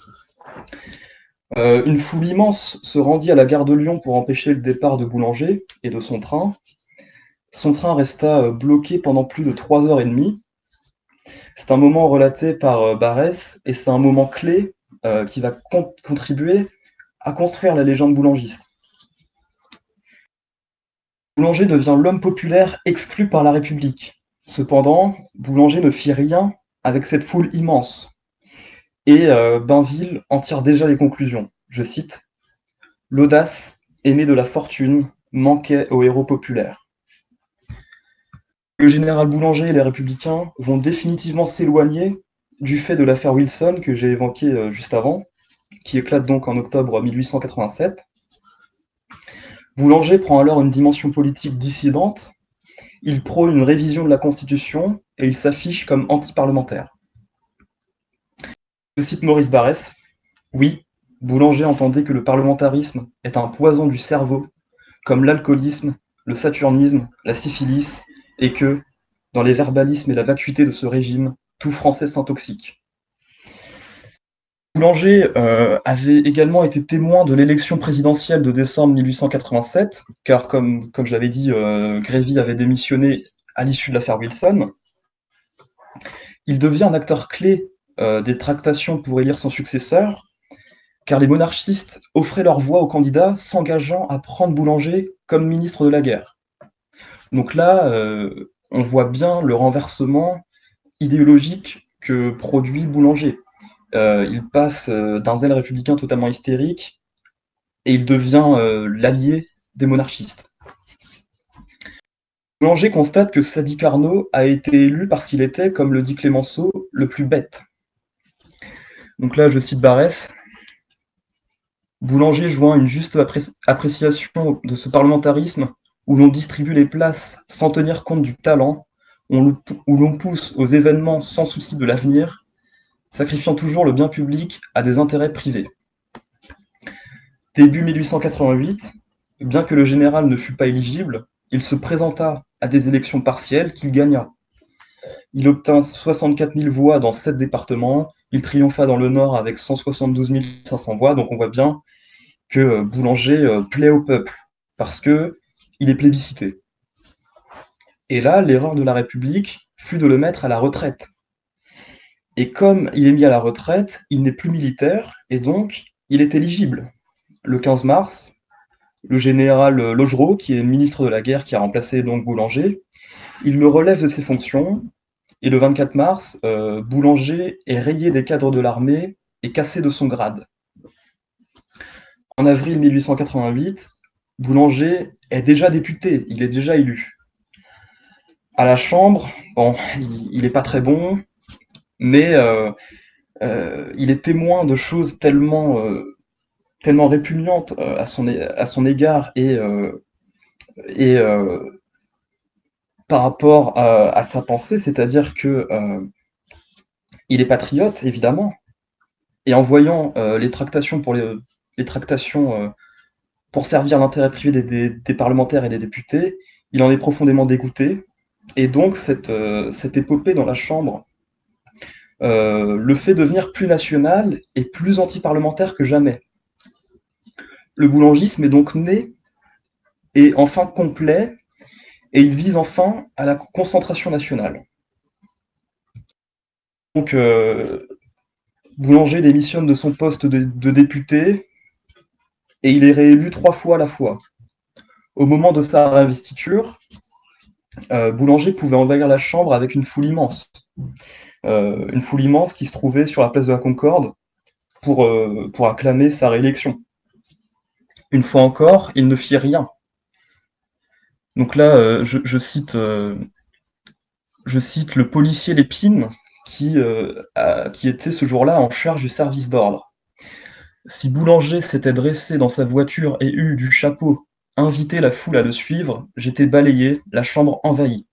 Euh, une foule immense se rendit à la gare de Lyon pour empêcher le départ de Boulanger et de son train. Son train resta bloqué pendant plus de trois heures et demie. C'est un moment relaté par Barès et c'est un moment clé euh, qui va con- contribuer à construire la légende boulangiste. Boulanger devient l'homme populaire exclu par la République. Cependant, Boulanger ne fit rien avec cette foule immense. Et euh, Bainville en tire déjà les conclusions. Je cite, « L'audace, aimée de la fortune, manquait aux héros populaires. » Le général Boulanger et les républicains vont définitivement s'éloigner du fait de l'affaire Wilson que j'ai évoquée euh, juste avant, qui éclate donc en octobre mille huit cent quatre-vingt-sept. Boulanger prend alors une dimension politique dissidente, il prône une révision de la Constitution et il s'affiche comme anti-parlementaire. Je cite Maurice Barrès, « Oui, Boulanger entendait que le parlementarisme est un poison du cerveau, comme l'alcoolisme, le saturnisme, la syphilis, et que, dans les verbalismes et la vacuité de ce régime, tout Français s'intoxique. » Boulanger euh, avait également été témoin de l'élection présidentielle de décembre mille huit cent quatre-vingt-sept, car comme, comme je l'avais dit, euh, Grévy avait démissionné à l'issue de l'affaire Wilson. Il devient un acteur clé euh, des tractations pour élire son successeur, car les monarchistes offraient leur voix aux candidats s'engageant à prendre Boulanger comme ministre de la guerre. Donc là, euh, on voit bien le renversement idéologique que produit Boulanger. Euh, il passe euh, d'un zèle républicain totalement hystérique et il devient euh, l'allié des monarchistes. Boulanger constate que Sadi Carnot a été élu parce qu'il était, comme le dit Clémenceau, le plus bête. Donc là, je cite Barrès. Boulanger joint une juste appré- appréciation de ce parlementarisme où l'on distribue les places sans tenir compte du talent, où l'on pousse aux événements sans souci de l'avenir, sacrifiant toujours le bien public à des intérêts privés. Début mille huit cent quatre-vingt-huit, bien que le général ne fût pas éligible, il se présenta à des élections partielles qu'il gagna. Il obtint soixante-quatre mille voix dans sept départements, il triompha dans le Nord avec cent soixante-douze mille cinq cents voix, donc on voit bien que Boulanger plaît au peuple, parce que il est plébiscité. Et là, l'erreur de la République fut de le mettre à la retraite. Et comme il est mis à la retraite, il n'est plus militaire, et donc il est éligible. Le quinze mars, le général Logereau, qui est ministre de la guerre, qui a remplacé donc Boulanger, il le relève de ses fonctions, et le vingt-quatre mars, euh, Boulanger est rayé des cadres de l'armée et cassé de son grade. En avril mille huit cent quatre-vingt-huit, Boulanger est déjà député, il est déjà élu. À la Chambre, bon, il n'est pas très bon, mais euh, euh, il est témoin de choses tellement, euh, tellement répugnantes euh, à, son, à son égard et, euh, et euh, par rapport à, à sa pensée, c'est-à-dire que euh, il est patriote, évidemment, et en voyant euh, les tractations pour les, les tractations euh, pour servir l'intérêt privé des, des, des parlementaires et des députés, il en est profondément dégoûté. Et donc, cette, euh, cette épopée dans la Chambre euh, le fait devenir plus national et plus anti-parlementaire que jamais. Le boulangisme est donc né et enfin complet, et il vise enfin à la concentration nationale. Donc, euh, Boulanger démissionne de son poste de, de député, et il est réélu trois fois à la fois. Au moment de sa réinvestiture, euh, Boulanger pouvait envahir la Chambre avec une foule immense. Euh, une foule immense qui se trouvait sur la place de la Concorde pour, euh, pour acclamer sa réélection. Une fois encore, il ne fit rien. Donc là, euh, je, je, cite, euh, je cite le policier Lépine qui, euh, a, qui était ce jour-là en charge du service d'ordre. Si Boulanger s'était dressé dans sa voiture et eut du chapeau invité la foule à le suivre, j'étais balayé, la chambre envahie.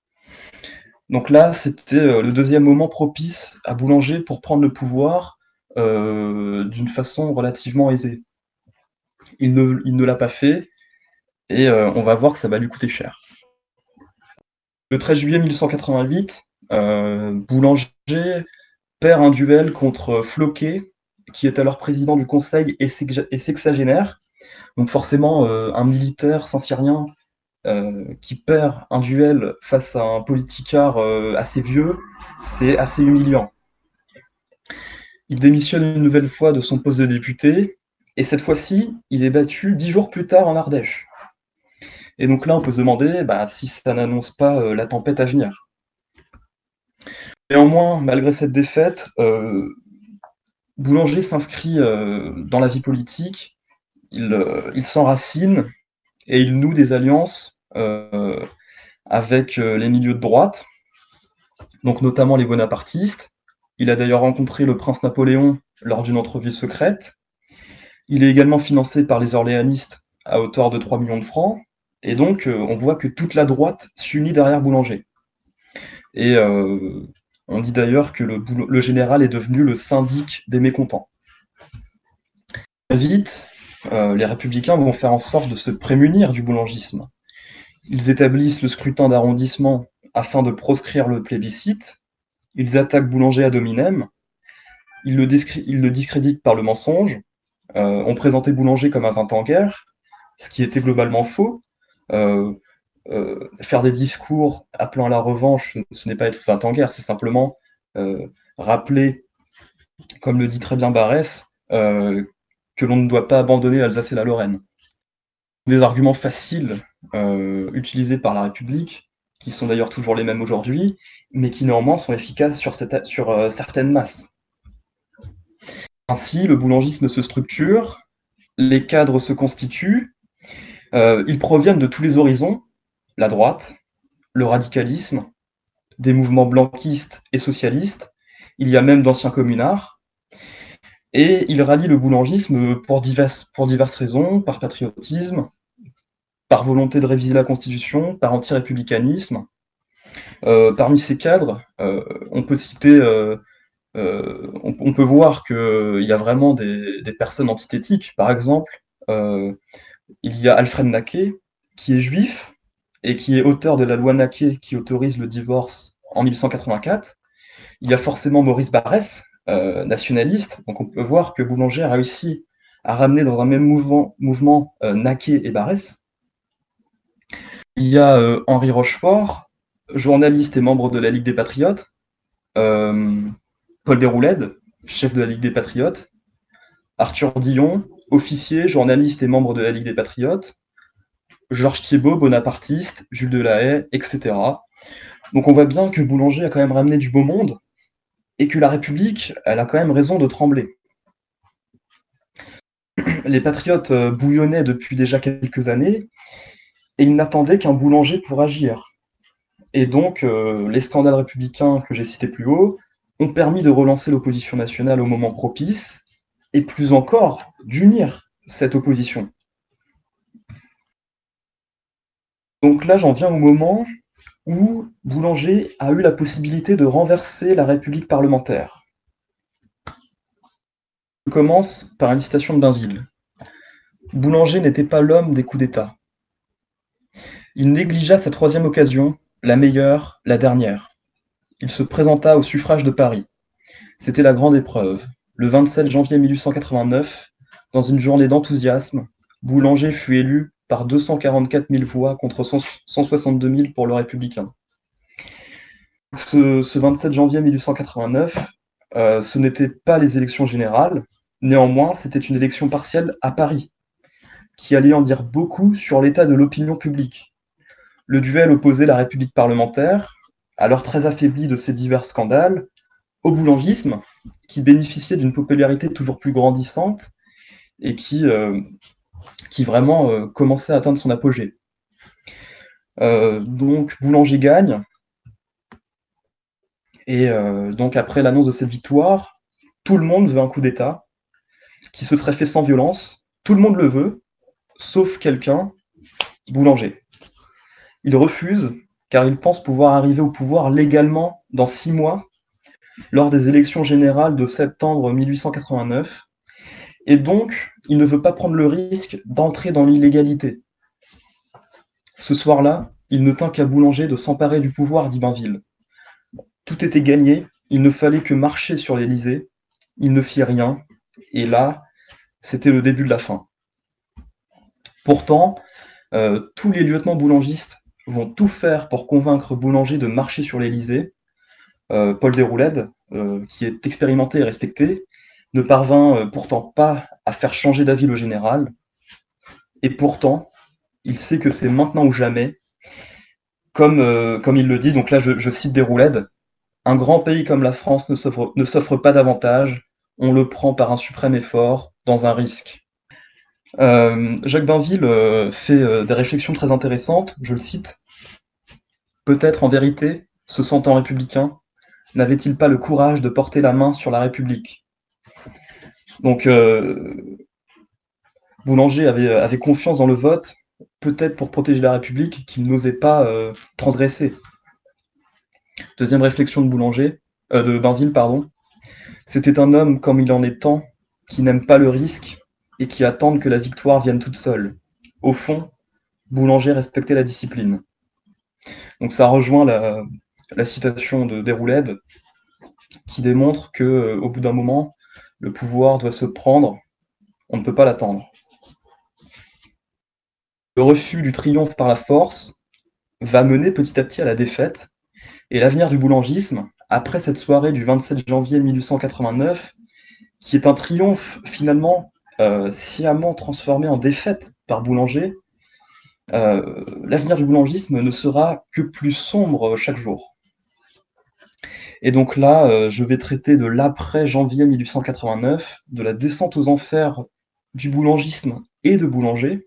Donc là, c'était le deuxième moment propice à Boulanger pour prendre le pouvoir euh, d'une façon relativement aisée. Il ne, il ne l'a pas fait, et euh, on va voir que ça va lui coûter cher. Le treize juillet mille huit cent quatre-vingt-huit, euh, Boulanger perd un duel contre Floquet, qui est alors président du Conseil et, et sexagénaire. Donc forcément, euh, un militaire saint-cyrien euh, qui perd un duel face à un politicard euh, assez vieux, c'est assez humiliant. Il démissionne une nouvelle fois de son poste de député, et cette fois-ci, il est battu dix jours plus tard en Ardèche. Et donc là, on peut se demander bah, si ça n'annonce pas euh, la tempête à venir. Néanmoins, malgré cette défaite, euh, Boulanger s'inscrit euh, dans la vie politique, il, euh, il s'enracine et il noue des alliances euh, avec euh, les milieux de droite, donc notamment les bonapartistes. Il a d'ailleurs rencontré le prince Napoléon lors d'une entrevue secrète. Il est également financé par les orléanistes à hauteur de trois millions de francs. Et donc, euh, on voit que toute la droite s'unit derrière Boulanger. Et euh, on dit d'ailleurs que le, le général est devenu le syndic des mécontents. Très vite, euh, les républicains vont faire en sorte de se prémunir du boulangisme. Ils établissent le scrutin d'arrondissement afin de proscrire le plébiscite. Ils attaquent Boulanger ad hominem. Ils le, ils le discréditent par le mensonge. Euh, on présentait Boulanger comme un vingt en guerre, ce qui était globalement faux. Euh, euh, faire des discours appelant à la revanche, ce n'est pas être vingt en guerre, c'est simplement euh, rappeler, comme le dit très bien Barrès, euh, que l'on ne doit pas abandonner l'Alsace et la Lorraine. Des arguments faciles euh, utilisés par la République, qui sont d'ailleurs toujours les mêmes aujourd'hui, mais qui néanmoins sont efficaces sur, cette, sur euh, certaines masses. Ainsi, le boulangisme se structure, les cadres se constituent, euh, ils proviennent de tous les horizons, la droite, le radicalisme, des mouvements blanquistes et socialistes, il y a même d'anciens communards, et ils rallient le boulangisme pour diverses, pour diverses raisons, par patriotisme, par volonté de réviser la Constitution, par anti-républicanisme. Euh, parmi ces cadres, euh, on peut citer... Euh, Euh, on, on peut voir qu'il y a vraiment des, des personnes antithétiques. Par exemple, euh, il y a Alfred Naquet, qui est juif, et qui est auteur de la loi Naquet qui autorise le divorce en mille cent quatre-vingt-quatre. Il y a forcément Maurice Barrès, euh, nationaliste. Donc on peut voir que Boulanger a réussi à ramener dans un même mouvement, mouvement euh, Naquet et Barrès. Il y a euh, Henri Rochefort, journaliste et membre de la Ligue des Patriotes. Euh, Paul Déroulède, chef de la Ligue des Patriotes, Arthur Dillon, officier, journaliste et membre de la Ligue des Patriotes, Georges Thiébaut, bonapartiste, Jules Delahaye, et cetera. Donc on voit bien que Boulanger a quand même ramené du beau monde et que la République, elle a quand même raison de trembler. Les patriotes bouillonnaient depuis déjà quelques années et ils n'attendaient qu'un Boulanger pour agir. Et donc, euh, les scandales républicains que j'ai cités plus haut ont permis de relancer l'opposition nationale au moment propice, et plus encore, d'unir cette opposition. Donc là, j'en viens au moment où Boulanger a eu la possibilité de renverser la République parlementaire. Je commence par une citation de Bainville. Boulanger n'était pas l'homme des coups d'État. Il négligea sa troisième occasion, la meilleure, la dernière. Il se présenta au suffrage de Paris. C'était la grande épreuve. Le vingt-sept janvier mille huit cent quatre-vingt-neuf, dans une journée d'enthousiasme, Boulanger fut élu par deux cent quarante-quatre mille voix contre cent soixante-deux mille pour le Républicain. Ce, ce vingt-sept janvier mille huit cent quatre-vingt-neuf, euh, ce n'étaient pas les élections générales, néanmoins, c'était une élection partielle à Paris, qui allait en dire beaucoup sur l'état de l'opinion publique. Le duel opposait la République parlementaire, alors très affaiblie de ses divers scandales, au boulangisme, qui bénéficiait d'une popularité toujours plus grandissante et qui, euh, qui vraiment euh, commençait à atteindre son apogée. Euh, donc Boulanger gagne, et euh, donc après l'annonce de cette victoire, tout le monde veut un coup d'État, qui se serait fait sans violence, tout le monde le veut, sauf quelqu'un, Boulanger. Il refuse, car il pense pouvoir arriver au pouvoir légalement dans six mois, lors des élections générales de septembre mille huit cent quatre-vingt-neuf, et donc il ne veut pas prendre le risque d'entrer dans l'illégalité. Ce soir-là, il ne tint qu'à Boulanger de s'emparer du pouvoir, dit Bainville. Tout était gagné, il ne fallait que marcher sur l'Élysée, il ne fit rien, et là, c'était le début de la fin. Pourtant, euh, tous les lieutenants boulangistes vont tout faire pour convaincre Boulanger de marcher sur l'Élysée. Euh, Paul Déroulède, euh, qui est expérimenté et respecté, ne parvint euh, pourtant pas à faire changer d'avis le général. Et pourtant, il sait que c'est maintenant ou jamais. Comme, euh, comme il le dit, donc là je, je cite Déroulède, « Un grand pays comme la France ne s'offre, ne s'offre pas davantage, on le prend par un suprême effort, dans un risque. » Euh, Jacques Bainville euh, fait euh, des réflexions très intéressantes, je le cite. « Peut-être en vérité, se sentant républicain, n'avait-il pas le courage de porter la main sur la République ?» Donc, euh, Boulanger avait, avait confiance dans le vote, peut-être pour protéger la République, qu'il n'osait pas euh, transgresser. Deuxième réflexion de Boulanger, euh, de Bainville, pardon. C'était un homme comme il en est tant, qui n'aime pas le risque et qui attendent que la victoire vienne toute seule. Au fond, Boulanger respectait la discipline. Donc ça rejoint la, la citation de Déroulède, qui démontre que, euh, au bout d'un moment, le pouvoir doit se prendre, on ne peut pas l'attendre. Le refus du triomphe par la force va mener petit à petit à la défaite, et l'avenir du boulangisme, après cette soirée du vingt-sept janvier mille huit cent quatre-vingt-neuf, qui est un triomphe finalement euh, sciemment transformé en défaite par Boulanger, euh, l'avenir du boulangisme ne sera que plus sombre chaque jour. Et donc là, euh, je vais traiter de l'après-janvier mille huit cent quatre-vingt-neuf, de la descente aux enfers du boulangisme et de Boulanger.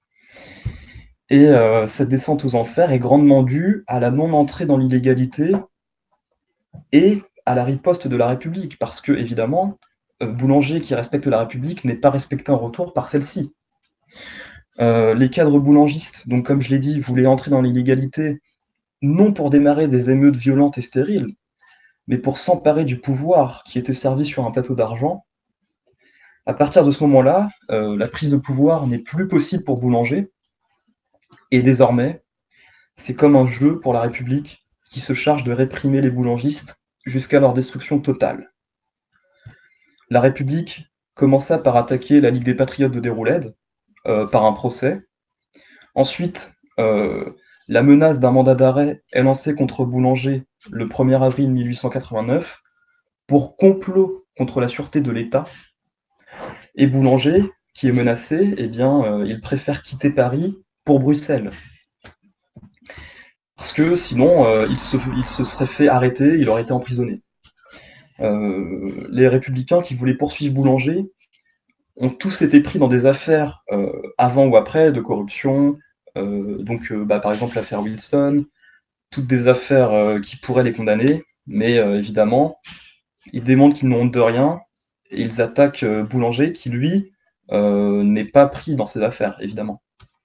Et euh, cette descente aux enfers est grandement due à la non-entrée dans l'illégalité et à la riposte de la République, parce que, évidemment, euh, Boulanger, qui respecte la République, n'est pas respecté en retour par celle-ci. Euh, les cadres boulangistes, donc comme je l'ai dit, voulaient entrer dans l'illégalité, non pour démarrer des émeutes violentes et stériles, mais pour s'emparer du pouvoir qui était servi sur un plateau d'argent. À partir de ce moment-là, euh, la prise de pouvoir n'est plus possible pour Boulanger, et désormais, c'est comme un jeu pour la République qui se charge de réprimer les boulangistes jusqu'à leur destruction totale. La République commença par attaquer la Ligue des Patriotes de Déroulède, euh, par un procès. Ensuite, euh, la menace d'un mandat d'arrêt est lancée contre Boulanger le premier avril mille huit cent quatre-vingt-neuf pour complot contre la sûreté de l'État. Et Boulanger, qui est menacé, eh bien, euh, il préfère quitter Paris pour Bruxelles. Parce que sinon, euh, il, se, il se serait fait arrêter, il aurait été emprisonné. Euh, les républicains qui voulaient poursuivre Boulanger ont tous été pris dans des affaires euh, avant ou après de corruption, euh, donc euh, bah, par exemple l'affaire Wilson, toutes des affaires euh, qui pourraient les condamner, mais euh, évidemment, ils démontrent qu'ils n'ont honte de rien, et ils attaquent euh, Boulanger, qui lui euh, n'est pas pris dans ces affaires, évidemment.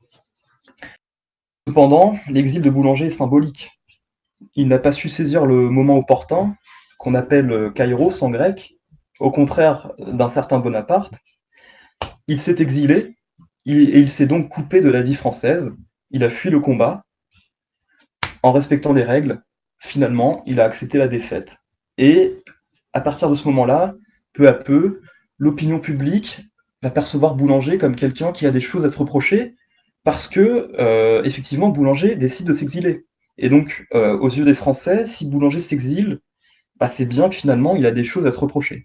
Cependant, l'exil de Boulanger est symbolique. Il n'a pas su saisir le moment opportun, qu'on appelle kairos en grec, au contraire d'un certain Bonaparte. Il s'est exilé, il, et il s'est donc coupé de la vie française, il a fui le combat. En respectant les règles, finalement, il a accepté la défaite. Et à partir de ce moment-là, peu à peu, l'opinion publique va percevoir Boulanger comme quelqu'un qui a des choses à se reprocher, parce que, euh, effectivement, Boulanger décide de s'exiler. Et donc, euh, aux yeux des Français, si Boulanger s'exile, bah, c'est bien que finalement, il a des choses à se reprocher.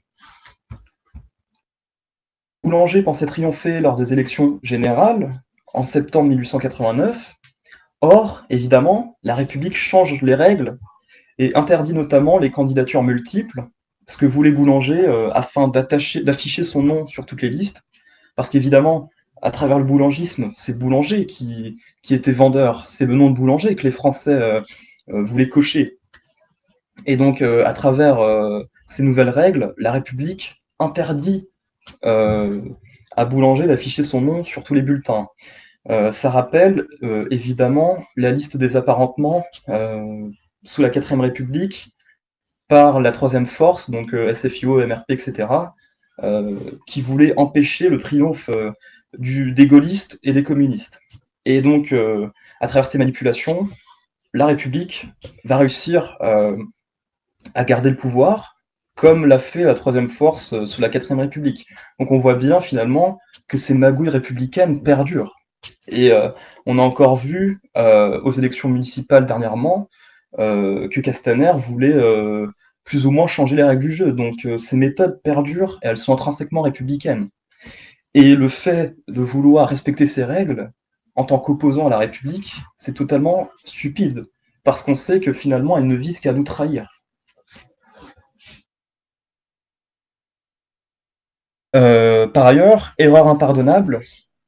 Boulanger pensait triompher lors des élections générales, en septembre mille huit cent quatre-vingt-neuf. Or, évidemment, la République change les règles et interdit notamment les candidatures multiples, ce que voulait Boulanger euh, afin d'attacher, d'afficher son nom sur toutes les listes, parce qu'évidemment, à travers le boulangisme, c'est Boulanger qui, qui était vendeur, c'est le nom de Boulanger que les Français euh, euh, voulaient cocher. Et donc, euh, à travers euh, ces nouvelles règles, la République interdit euh, à Boulanger d'afficher son nom sur tous les bulletins. Euh, ça rappelle euh, évidemment la liste des apparentements euh, sous la quatrième République par la troisième force, donc euh, S F I O, M R P, et cetera, euh, qui voulait empêcher le triomphe euh, du, des gaullistes et des communistes. Et donc, euh, à travers ces manipulations, la République va réussir euh, à garder le pouvoir, comme l'a fait la troisième force euh, sous la quatrième République. Donc on voit bien finalement que ces magouilles républicaines perdurent. Et euh, on a encore vu euh, aux élections municipales dernièrement euh, que Castaner voulait euh, plus ou moins changer les règles du jeu. Donc euh, ces méthodes perdurent et elles sont intrinsèquement républicaines. Et le fait de vouloir respecter ces règles en tant qu'opposant à la République, c'est totalement stupide, parce qu'on sait que finalement elles ne visent qu'à nous trahir. Euh, par ailleurs, erreur impardonnable,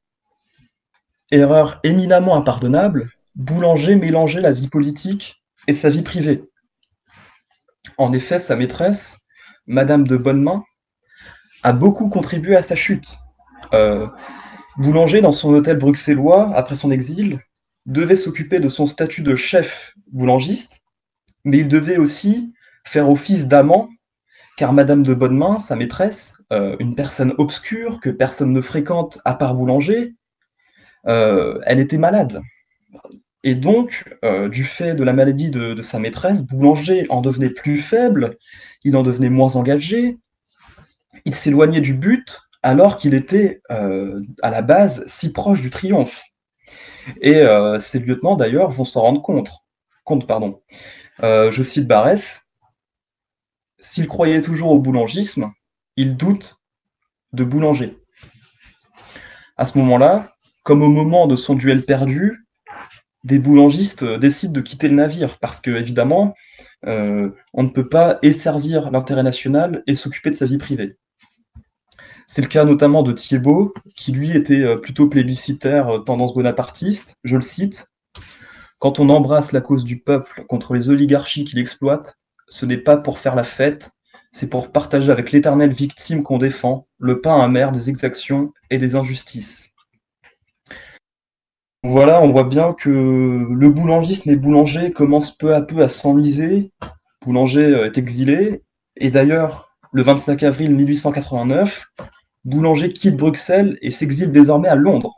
erreur éminemment impardonnable, Boulanger mélangeait la vie politique et sa vie privée. En effet, sa maîtresse, Madame de Bonnemain, a beaucoup contribué à sa chute. Euh, Boulanger, dans son hôtel bruxellois, après son exil, devait s'occuper de son statut de chef boulangiste, mais il devait aussi faire office d'amant, car Madame de Bonnemain, sa maîtresse, euh, une personne obscure que personne ne fréquente à part Boulanger, euh, elle était malade. Et donc, euh, du fait de la maladie de, de sa maîtresse, Boulanger en devenait plus faible, il en devenait moins engagé, il s'éloignait du but, alors qu'il était, euh, à la base, si proche du triomphe. Et euh, ses lieutenants, d'ailleurs, vont s'en rendre compte. compte pardon. Euh, je cite Barès, « S'il croyait toujours au boulangisme, il doute de Boulanger. » À ce moment-là, comme au moment de son duel perdu, des boulangistes décident de quitter le navire, parce que, évidemment, euh, on ne peut pas et servir l'intérêt national et s'occuper de sa vie privée. C'est le cas notamment de Thiebaut, qui lui était plutôt plébiscitaire, tendance bonapartiste. Je le cite, « Quand on embrasse la cause du peuple contre les oligarchies qui l'exploitent, ce n'est pas pour faire la fête, c'est pour partager avec l'éternelle victime qu'on défend le pain amer des exactions et des injustices. » Voilà, on voit bien que le boulangisme et Boulanger commencent peu à peu à s'enliser. Boulanger est exilé, et d'ailleurs, le vingt-cinq avril mille huit cent quatre-vingt-neuf, Boulanger quitte Bruxelles et s'exile désormais à Londres.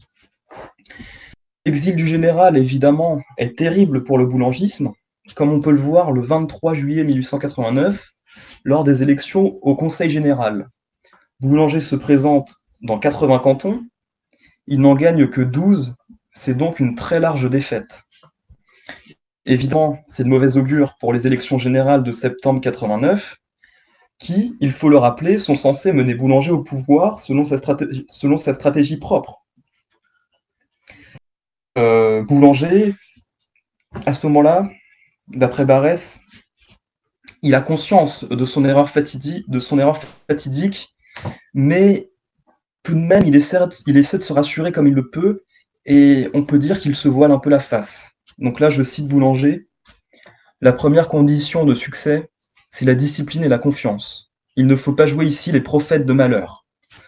L'exil du général, évidemment, est terrible pour le boulangisme, comme on peut le voir le vingt-trois juillet mille huit cent quatre-vingt-neuf, lors des élections au Conseil général. Boulanger se présente dans quatre-vingts cantons, il n'en gagne que douze, c'est donc une très large défaite. Évidemment, c'est de mauvais augure pour les élections générales de septembre quatre-vingt-neuf, qui, il faut le rappeler, sont censés mener Boulanger au pouvoir selon sa stratégie, selon sa stratégie propre. Euh, Boulanger, à ce moment-là, d'après Barès, il a conscience de son erreur fatidique, de son erreur fatidique, mais tout de même, il essaie, il essaie de se rassurer comme il le peut, et on peut dire qu'il se voile un peu la face. Donc là, je cite Boulanger, La première condition de succès, c'est la discipline et la confiance. Il ne faut pas jouer ici les prophètes de malheur.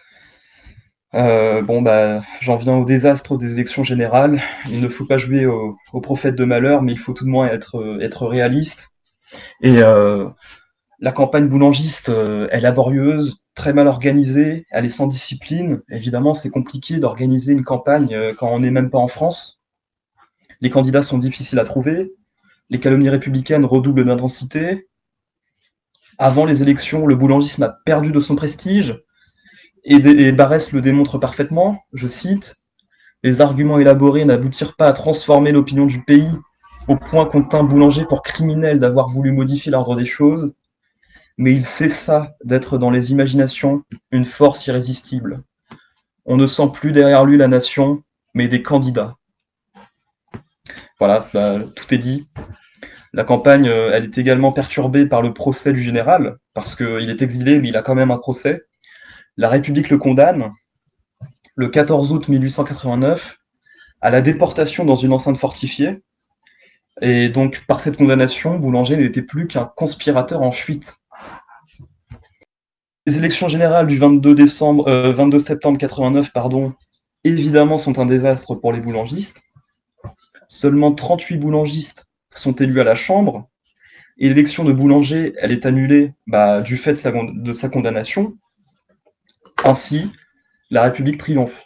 Euh, bon, bah, j'en viens au désastre des élections générales. Il ne faut pas jouer aux, aux prophètes de malheur, mais il faut tout de moins être, être réaliste. Et euh, la campagne boulangiste euh, est laborieuse, très mal organisée, elle est sans discipline. Évidemment, c'est compliqué d'organiser une campagne euh, quand on n'est même pas en France. Les candidats sont difficiles à trouver. Les calomnies républicaines redoublent d'intensité. Avant les élections, le boulangisme a perdu de son prestige. Et, et Barès le démontre parfaitement, je cite, « Les arguments élaborés n'aboutirent pas à transformer l'opinion du pays au point qu'on tint Boulanger pour criminel d'avoir voulu modifier l'ordre des choses, mais il cessa d'être dans les imaginations une force irrésistible. On ne sent plus derrière lui la nation, mais des candidats. » Voilà, bah, tout est dit. La campagne, elle est également perturbée par le procès du général, parce qu'il est exilé, mais il a quand même un procès. La République le condamne, le quatorze août mille huit cent quatre-vingt-neuf, à la déportation dans une enceinte fortifiée. Et donc, par cette condamnation, Boulanger n'était plus qu'un conspirateur en fuite. Les élections générales du vingt-deux décembre, euh, vingt-deux septembre quatre-vingt-neuf, pardon, évidemment, sont un désastre pour les boulangistes. Seulement trente-huit boulangistes sont élus à la Chambre, et l'élection de Boulanger, elle est annulée bah, du fait de sa, de sa condamnation. Ainsi, la République triomphe.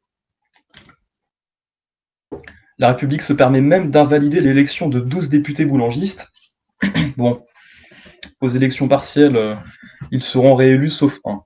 La République se permet même d'invalider l'élection de douze députés boulangistes. Bon, aux élections partielles, euh, ils seront réélus sauf un.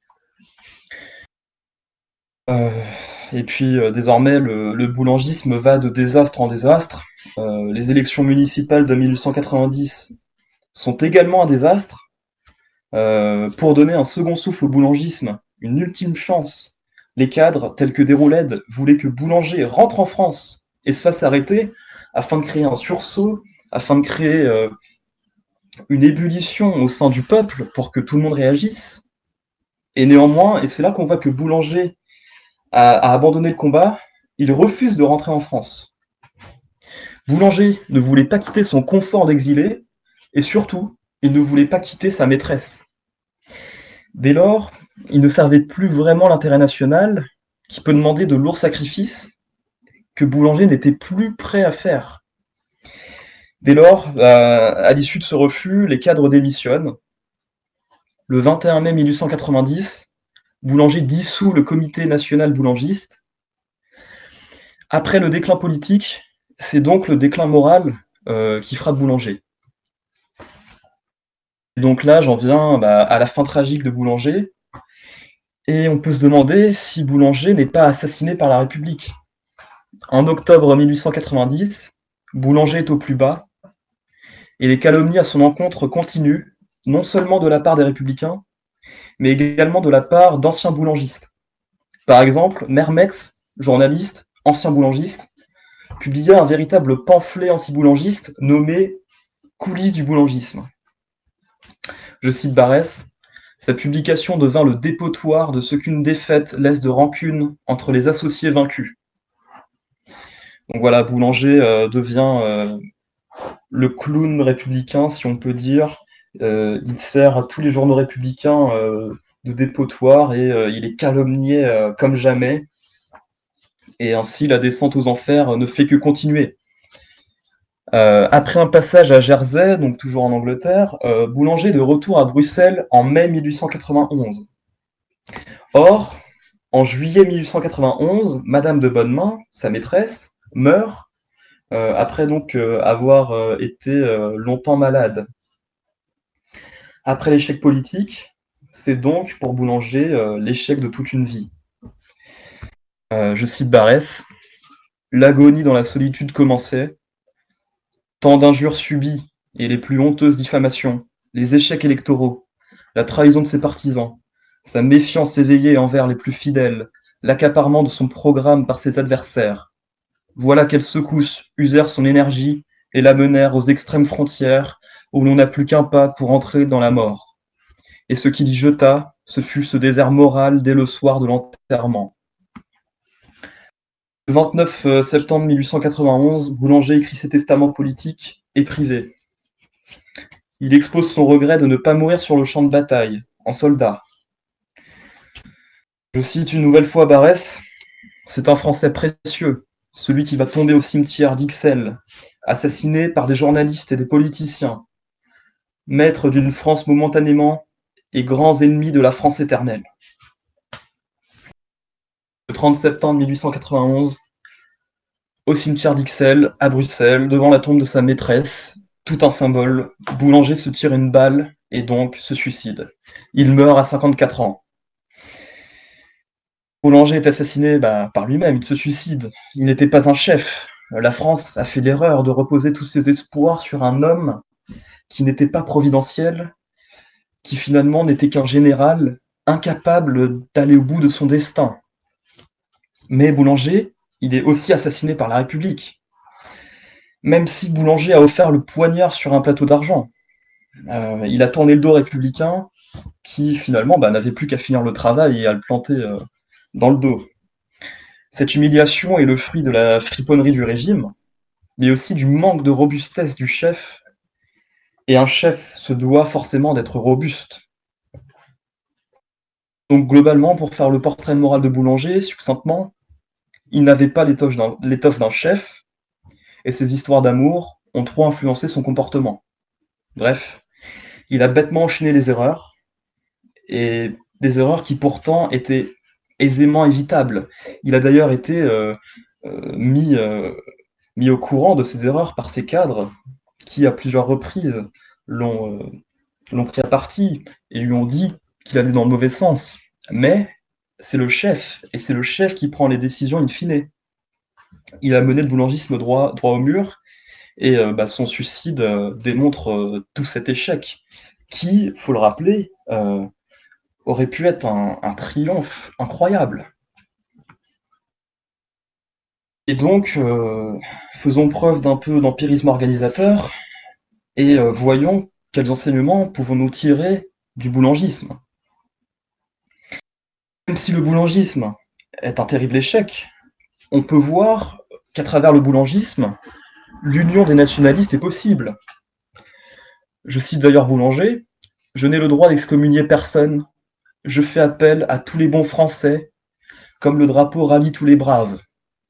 Euh, et puis, euh, désormais, le, le boulangisme va de désastre en désastre. Euh, les élections municipales de mille huit cent quatre-vingt-dix sont également un désastre. Euh, pour donner un second souffle au boulangisme, une ultime chance, les cadres, tels que Déroulède, voulaient que Boulanger rentre en France et se fasse arrêter afin de créer un sursaut, afin de créer euh, une ébullition au sein du peuple pour que tout le monde réagisse. Et néanmoins, et c'est là qu'on voit que Boulanger a, a abandonné le combat, il refuse de rentrer en France. Boulanger ne voulait pas quitter son confort d'exilé, et surtout, il ne voulait pas quitter sa maîtresse. Dès lors, il ne servait plus vraiment l'intérêt national, qui peut demander de lourds sacrifices, que Boulanger n'était plus prêt à faire. Dès lors, à l'issue de ce refus, les cadres démissionnent. Le vingt et un mai mille huit cent quatre-vingt-dix, Boulanger dissout le comité national boulangiste. Après le déclin politique, c'est donc le déclin moral euh, qui frappe Boulanger. Et donc là, j'en viens bah, à la fin tragique de Boulanger, et on peut se demander si Boulanger n'est pas assassiné par la République. En octobre mille huit cent quatre-vingt-dix, Boulanger est au plus bas, et les calomnies à son encontre continuent, non seulement de la part des Républicains, mais également de la part d'anciens boulangistes. Par exemple, Mermex, journaliste, ancien boulangiste, publia un véritable pamphlet anti-boulangiste nommé « Coulisses du boulangisme ». Je cite Barès, « Sa publication devint le dépotoir de ce qu'une défaite laisse de rancune entre les associés vaincus. » Donc voilà, Boulanger euh, devient euh, le clown républicain, si on peut dire. Euh, il sert à tous les journaux républicains euh, de dépotoir et euh, il est calomnié euh, comme jamais. Et ainsi, la descente aux enfers ne fait que continuer. Euh, après un passage à Jersey, donc toujours en Angleterre, euh, Boulanger est de retour à Bruxelles en mai mille huit cent quatre-vingt-onze. Or, en juillet mille huit cent quatre-vingt-onze, Madame de Bonnemain, sa maîtresse, meurt euh, après donc euh, avoir euh, été euh, longtemps malade. Après l'échec politique, c'est donc pour Boulanger euh, l'échec de toute une vie. Euh, je cite Barès, « L'agonie dans la solitude commençait. Tant d'injures subies et les plus honteuses diffamations, les échecs électoraux, la trahison de ses partisans, sa méfiance éveillée envers les plus fidèles, l'accaparement de son programme par ses adversaires. Voilà quelles secousses usèrent son énergie et la menèrent aux extrêmes frontières où l'on n'a plus qu'un pas pour entrer dans la mort. Et ce qui l'y jeta, ce fut ce désert moral dès le soir de l'enterrement. » Le vingt-neuf septembre mille huit cent quatre-vingt-onze, Boulanger écrit ses testaments politiques et privés. Il expose son regret de ne pas mourir sur le champ de bataille, en soldat. Je cite une nouvelle fois Barrès, « C'est un Français précieux, celui qui va tomber au cimetière d'Ixelles, assassiné par des journalistes et des politiciens, maître d'une France momentanément et grands ennemis de la France éternelle. » Le trente septembre mille huit cent quatre-vingt-onze, au cimetière d'Ixelles, à Bruxelles, devant la tombe de sa maîtresse, tout un symbole, Boulanger se tire une balle et donc se suicide. Il meurt à cinquante-quatre ans. Boulanger est assassiné bah, par lui-même, il se suicide. Il n'était pas un chef. La France a fait l'erreur de reposer tous ses espoirs sur un homme qui n'était pas providentiel, qui finalement n'était qu'un général incapable d'aller au bout de son destin. Mais Boulanger, il est aussi assassiné par la République. Même si Boulanger a offert le poignard sur un plateau d'argent. Euh, il a tourné le dos républicain qui finalement bah, n'avait plus qu'à finir le travail et à le planter euh, dans le dos. Cette humiliation est le fruit de la friponnerie du régime, mais aussi du manque de robustesse du chef. Et un chef se doit forcément d'être robuste. Donc globalement, pour faire le portrait moral de Boulanger, succinctement, il n'avait pas l'étoffe d'un, l'étoffe d'un chef, et ses histoires d'amour ont trop influencé son comportement. Bref, il a bêtement enchaîné les erreurs, et des erreurs qui pourtant étaient aisément évitables. Il a d'ailleurs été euh, euh, mis, euh, mis au courant de ces erreurs par ses cadres, qui à plusieurs reprises l'ont, euh, l'ont pris à partie, et lui ont dit qu'il allait dans le mauvais sens. Mais c'est le chef, et c'est le chef qui prend les décisions in fine. Il a mené le boulangisme droit, droit au mur, et euh, bah, son suicide euh, démontre euh, tout cet échec, qui, il faut le rappeler, euh, aurait pu être un, un triomphe incroyable. Et donc, euh, faisons preuve d'un peu d'empirisme organisateur, et euh, voyons quels enseignements pouvons-nous tirer du boulangisme. Même si le boulangisme est un terrible échec, on peut voir qu'à travers le boulangisme, l'union des nationalistes est possible. Je cite d'ailleurs Boulanger, « Je n'ai le droit d'excommunier personne, je fais appel à tous les bons Français, comme le drapeau rallie tous les braves. »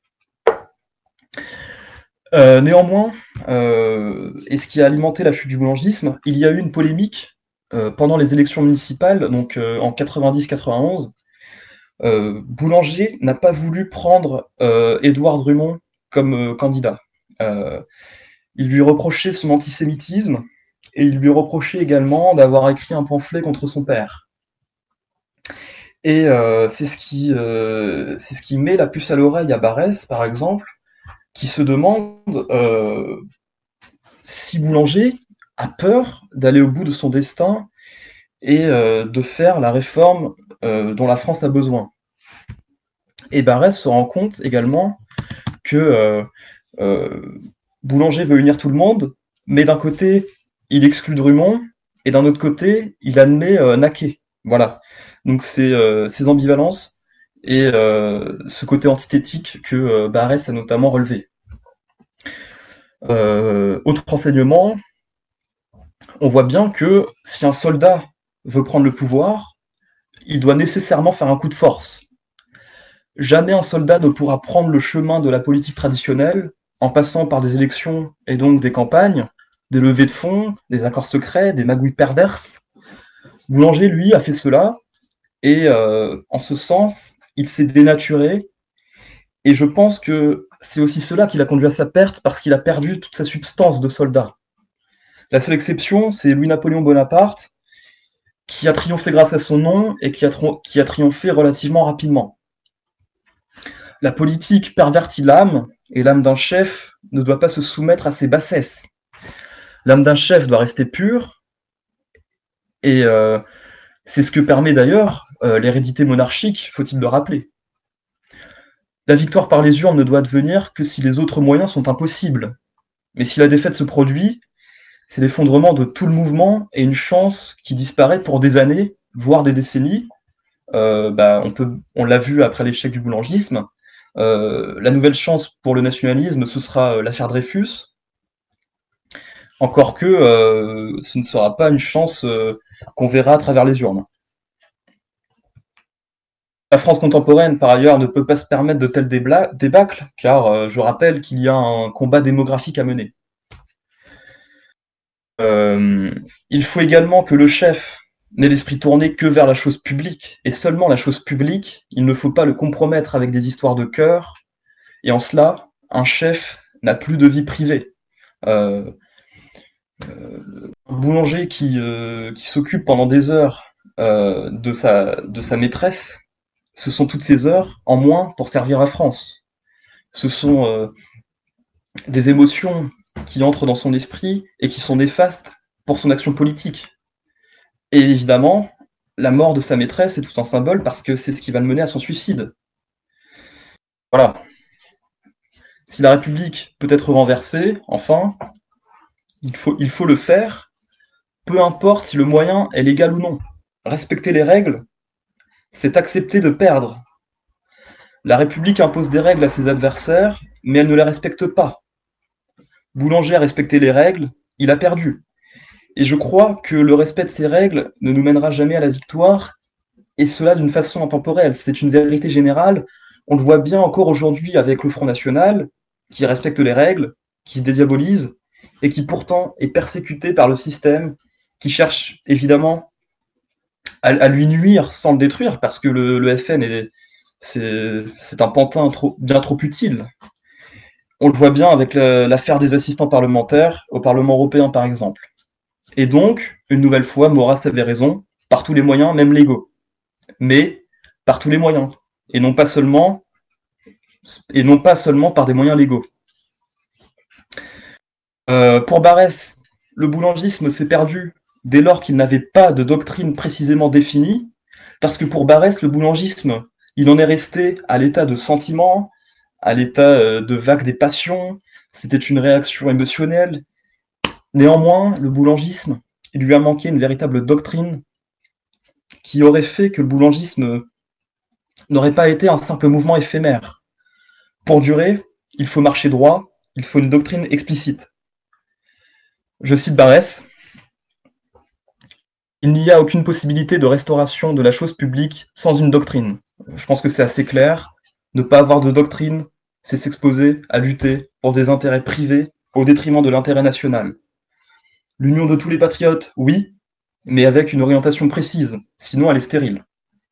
Euh, néanmoins, euh, et ce qui a alimenté la chute du boulangisme, il y a eu une polémique euh, pendant les élections municipales, donc euh, en quatre-vingt-dix quatre-vingt-onze. Euh, Boulanger n'a pas voulu prendre euh, Édouard Drumont comme euh, candidat. Euh, il lui reprochait son antisémitisme et il lui reprochait également d'avoir écrit un pamphlet contre son père. Et euh, c'est ce qui, euh, c'est ce qui met la puce à l'oreille à Barrès, par exemple, qui se demande euh, si Boulanger a peur d'aller au bout de son destin et euh, de faire la réforme euh, dont la France a besoin. Et Barrès se rend compte également que euh, euh, Boulanger veut unir tout le monde, mais d'un côté, il exclut Drumont, et d'un autre côté, il admet euh, Naquet. Voilà. Donc c'est euh, ces ambivalences et euh, ce côté antithétique que euh, Barrès a notamment relevé. Euh, autre enseignement, on voit bien que si un soldat veut prendre le pouvoir, il doit nécessairement faire un coup de force. Jamais un soldat ne pourra prendre le chemin de la politique traditionnelle en passant par des élections et donc des campagnes, des levées de fonds, des accords secrets, des magouilles perverses. Boulanger, lui, a fait cela, et euh, en ce sens, il s'est dénaturé, et je pense que c'est aussi cela qui l'a conduit à sa perte, parce qu'il a perdu toute sa substance de soldat. La seule exception, c'est Louis-Napoléon Bonaparte, qui a triomphé grâce à son nom, et qui a, qui a triomphé relativement rapidement. La politique pervertit l'âme, et l'âme d'un chef ne doit pas se soumettre à ses bassesses. L'âme d'un chef doit rester pure, et euh, c'est ce que permet d'ailleurs euh, l'hérédité monarchique, faut-il le rappeler. La victoire par les urnes ne doit advenir que si les autres moyens sont impossibles. Mais si la défaite se produit, c'est l'effondrement de tout le mouvement et une chance qui disparaît pour des années, voire des décennies. Euh, bah, on, peut, on l'a vu après l'échec du boulangisme. Euh, la nouvelle chance pour le nationalisme, ce sera euh, l'affaire Dreyfus. encore que euh, ce ne sera pas une chance euh, qu'on verra à travers les urnes. La France contemporaine, par ailleurs, ne peut pas se permettre de tels débla- débâcles, car euh, je rappelle qu'il y a un combat démographique à mener. Euh, il faut également que le chef n'ait l'esprit tourné que vers la chose publique, et seulement la chose publique. Il ne faut pas le compromettre avec des histoires de cœur, et en cela, un chef n'a plus de vie privée. Euh, euh, un boulanger qui, euh, qui s'occupe pendant des heures euh, de, sa, de sa maîtresse, ce sont toutes ces heures en moins pour servir la France. Ce sont euh, des émotions qui entrent dans son esprit et qui sont néfastes pour son action politique. Et évidemment, la mort de sa maîtresse est tout un symbole parce que c'est ce qui va le mener à son suicide. Voilà. Si la République peut être renversée, enfin, il faut, il faut le faire, peu importe si le moyen est légal ou non. Respecter les règles, c'est accepter de perdre. La République impose des règles à ses adversaires, mais elle ne les respecte pas. Boulanger a respecté les règles, il a perdu. Et je crois que le respect de ces règles ne nous mènera jamais à la victoire, et cela d'une façon intemporelle. C'est une vérité générale. On le voit bien encore aujourd'hui avec le Front National, qui respecte les règles, qui se dédiabolise, et qui pourtant est persécuté par le système, qui cherche évidemment à, à lui nuire sans le détruire, parce que le, le F N est, c'est, c'est un pantin trop, bien trop utile. On le voit bien avec le, l'affaire des assistants parlementaires au Parlement européen, par exemple. Et donc, une nouvelle fois, Maurras avait raison, par tous les moyens, même légaux. Mais par tous les moyens, et non pas seulement, et non pas seulement par des moyens légaux. Euh, pour Barrès, le boulangisme s'est perdu dès lors qu'il n'avait pas de doctrine précisément définie, parce que pour Barrès, le boulangisme, il en est resté à l'état de sentiment, à l'état de vague des passions, c'était une réaction émotionnelle. Néanmoins, le boulangisme, il lui a manqué une véritable doctrine qui aurait fait que le boulangisme n'aurait pas été un simple mouvement éphémère. Pour durer, il faut marcher droit, il faut une doctrine explicite. Je cite Barrès, « Il n'y a aucune possibilité de restauration de la chose publique sans une doctrine. » Je pense que c'est assez clair. Ne pas avoir de doctrine, c'est s'exposer à lutter pour des intérêts privés au détriment de l'intérêt national. L'union de tous les patriotes, oui, mais avec une orientation précise, sinon elle est stérile.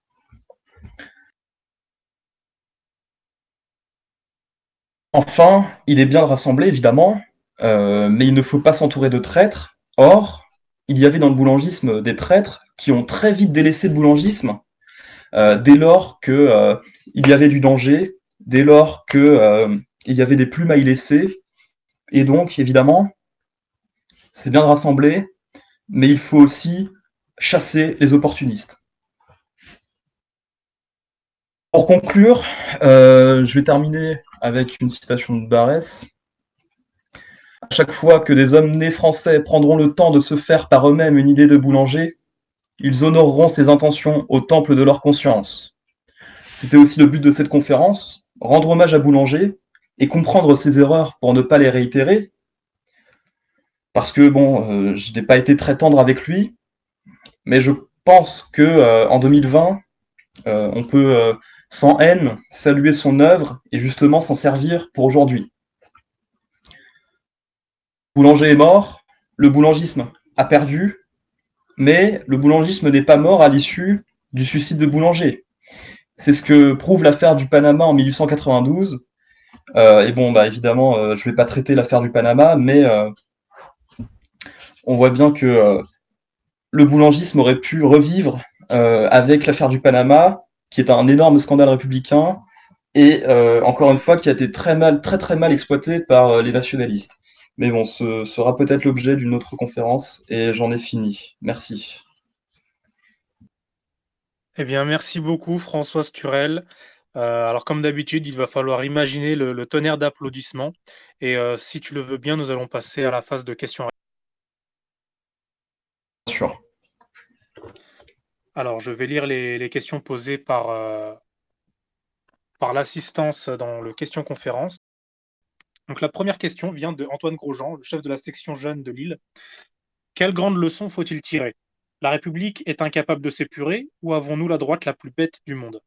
Enfin, il est bien de rassembler, évidemment, euh, mais il ne faut pas s'entourer de traîtres. Or, il y avait dans le boulangisme des traîtres qui ont très vite délaissé le boulangisme, euh, dès lors qu'il euh, y avait du danger, dès lors qu'il euh, y avait des plumes à y laisser. Et donc, évidemment, c'est bien de rassembler, mais il faut aussi chasser les opportunistes. Pour conclure, euh, je vais terminer avec une citation de Barrès. À chaque fois que des hommes nés français prendront le temps de se faire par eux-mêmes une idée de boulanger, ils honoreront ces intentions au temple de leur conscience. C'était aussi le but de cette conférence, rendre hommage à Boulanger et comprendre ses erreurs pour ne pas les réitérer. Parce que, bon, euh, je n'ai pas été très tendre avec lui, mais je pense que euh, en deux mille vingt, euh, on peut, euh, sans haine, saluer son œuvre et justement s'en servir pour aujourd'hui. Boulanger est mort, le boulangisme a perdu, mais le boulangisme n'est pas mort à l'issue du suicide de Boulanger. C'est ce que prouve l'affaire du Panama en mille huit cent quatre-vingt-douze. Euh, et bon, bah évidemment, euh, je ne vais pas traiter l'affaire du Panama, mais euh, on voit bien que euh, le boulangisme aurait pu revivre euh, avec l'affaire du Panama, qui est un énorme scandale républicain, et euh, encore une fois, qui a été très mal, très très mal exploité par euh, les nationalistes. Mais bon, ce sera peut-être l'objet d'une autre conférence, et j'en ai fini. Merci. Eh bien, merci beaucoup, François Sturel. Euh, alors, comme d'habitude, il va falloir imaginer le, le tonnerre d'applaudissements. Et euh, si tu le veux bien, nous allons passer à la phase de questions. Bien sûr. Alors, je vais lire les, les questions posées par, euh, par l'assistance dans le question conférence. Donc la première question vient de Antoine Grosjean, le chef de la section jeune de Lille. Quelle grande leçon faut-il tirer? La République est incapable de s'épurer ou avons-nous la droite la plus bête du monde?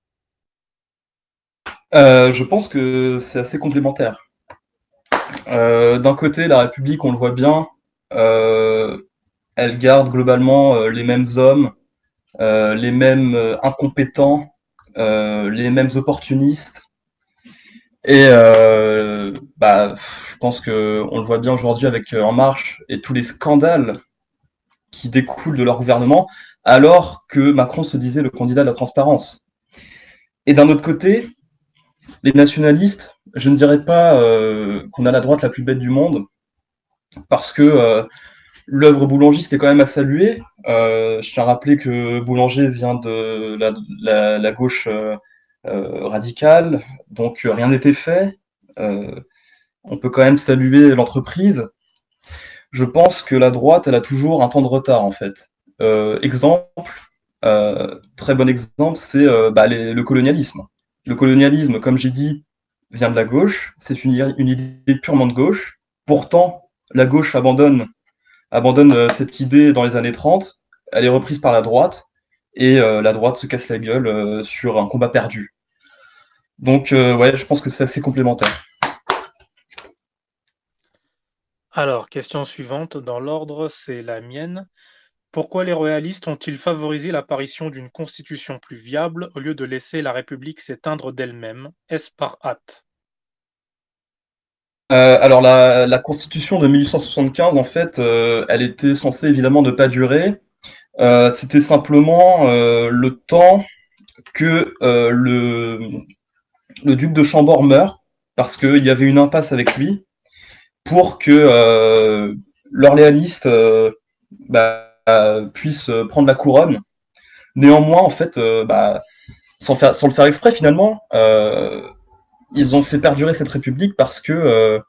euh, Je pense que c'est assez complémentaire. Euh, d'un côté, la République, on le voit bien, euh, elle garde globalement euh, les mêmes hommes, euh, les mêmes euh, incompétents, euh, les mêmes opportunistes. Et euh, bah, je pense que on le voit bien aujourd'hui avec euh, En Marche et tous les scandales qui découlent de leur gouvernement, alors que Macron se disait le candidat de la transparence. Et d'un autre côté, les nationalistes, je ne dirais pas euh, qu'on a la droite la plus bête du monde, parce que euh, l'œuvre boulangiste est quand même à saluer. Euh, je tiens à rappeler que Boulanger vient de la, la, la gauche euh, euh, radicale, donc euh, rien n'était fait. Euh, on peut quand même saluer l'entreprise. Je pense que la droite, elle a toujours un temps de retard, en fait. Euh, exemple, euh, très bon exemple, c'est euh, bah, les, le colonialisme. Le colonialisme, comme j'ai dit, vient de la gauche. C'est une, une idée purement de gauche. Pourtant, la gauche abandonne, abandonne euh, cette idée dans les années trente. Elle est reprise par la droite. Et euh, la droite se casse la gueule euh, sur un combat perdu. Donc, euh, ouais, je pense que c'est assez complémentaire. Alors, question suivante, dans l'ordre, c'est la mienne. Pourquoi les royalistes ont-ils favorisé l'apparition d'une constitution plus viable au lieu de laisser la République s'éteindre d'elle-même? Est-ce par hâte? Euh, alors la, la constitution de mille huit cent soixante-quinze, en fait, euh, elle était censée évidemment ne pas durer. Euh, c'était simplement euh, le temps que euh, le, le duc de Chambord meure, parce qu'il y avait une impasse avec lui, pour que euh, l'orléaniste euh, bah, puisse prendre la couronne. Néanmoins, en fait, euh, bah, sans, faire, sans le faire exprès, finalement, euh, ils ont fait perdurer cette république parce que euh,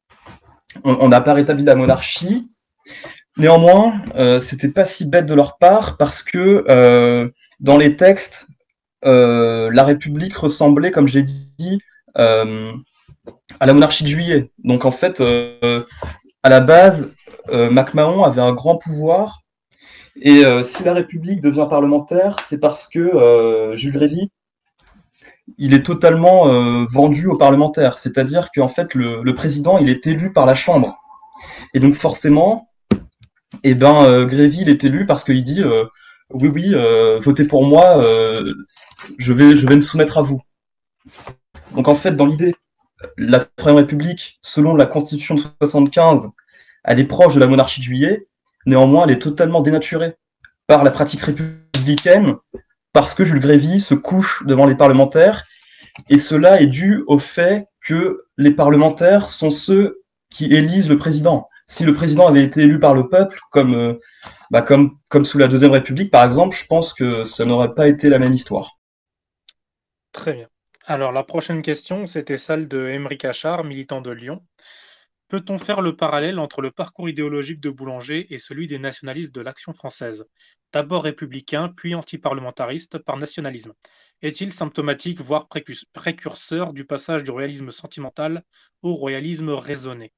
on n'a pas rétabli la monarchie. Néanmoins, euh, c'était pas si bête de leur part parce que euh, dans les textes, euh, la République ressemblait, comme j'ai dit, euh, à la monarchie de Juillet. Donc en fait, euh, à la base, euh, MacMahon avait un grand pouvoir. Et euh, si la République devient parlementaire, c'est parce que euh, Jules Grévy, il est totalement euh, vendu aux parlementaires. C'est-à-dire qu'en fait, le, le président, il est élu par la Chambre. Et donc forcément, eh ben, euh, Grévy, il est élu parce qu'il dit euh, oui, oui, euh, votez pour moi, euh, je vais, je vais me soumettre à vous. Donc en fait, dans l'idée, la Troisième République, selon la Constitution de soixante-quinze, elle est proche de la monarchie de Juillet. Néanmoins, elle est totalement dénaturée par la pratique républicaine, parce que Jules Grévy se couche devant les parlementaires, et cela est dû au fait que les parlementaires sont ceux qui élisent le président. Si le président avait été élu par le peuple, comme, euh, bah comme, comme sous la Deuxième République, par exemple, je pense que ça n'aurait pas été la même histoire. Très bien. Alors, la prochaine question, c'était celle de Émeric Achard, militant de Lyon. Peut-on faire le parallèle entre le parcours idéologique de Boulanger et celui des nationalistes de l'Action française? D'abord républicain, puis antiparlementariste par nationalisme. Est-il symptomatique, voire précurseur du passage du royalisme sentimental au royalisme raisonné?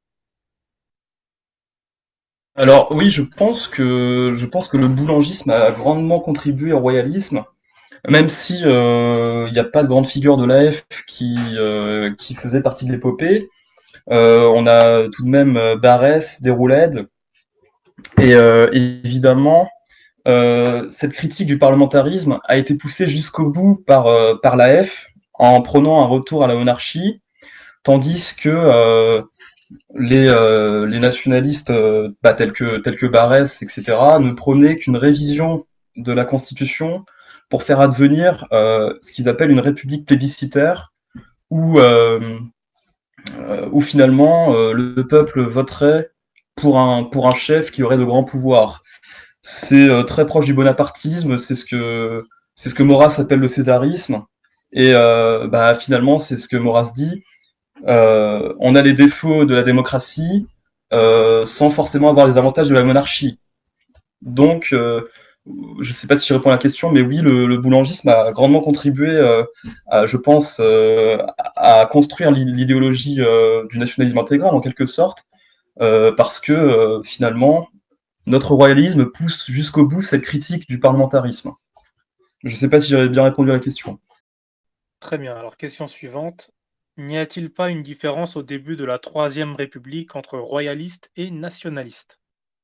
Alors oui, je pense que je pense que le boulangisme a grandement contribué au royalisme, même si euh, il n'y a pas de grande figure de l'A F qui euh, qui faisait partie de l'épopée. Euh, on a tout de même Barrès, Déroulède, et euh, évidemment, euh, cette critique du parlementarisme a été poussée jusqu'au bout par, euh, par l'A F en prônant un retour à la monarchie, tandis que euh, les, euh, les nationalistes euh, bah, tels que, tels que Barrès, et cetera, ne prônaient qu'une révision de la Constitution pour faire advenir euh, ce qu'ils appellent une république plébiscitaire, où euh, Euh, où finalement euh, le peuple voterait pour un, pour un chef qui aurait de grands pouvoirs. C'est euh, très proche du bonapartisme, c'est ce que, c'est ce que Maurras appelle le césarisme, et euh, bah, finalement c'est ce que Maurras dit, euh, on a les défauts de la démocratie euh, sans forcément avoir les avantages de la monarchie. Donc euh, je ne sais pas si je réponds à la question, mais oui, le, le boulangisme a grandement contribué, euh, à, je pense, euh, à construire l'idéologie euh, du nationalisme intégral, en quelque sorte, euh, parce que euh, finalement, notre royalisme pousse jusqu'au bout cette critique du parlementarisme. Je ne sais pas si j'avais bien répondu à la question. Très bien. Alors, question suivante. N'y a-t-il pas une différence au début de la Troisième République entre royalistes et nationalistes?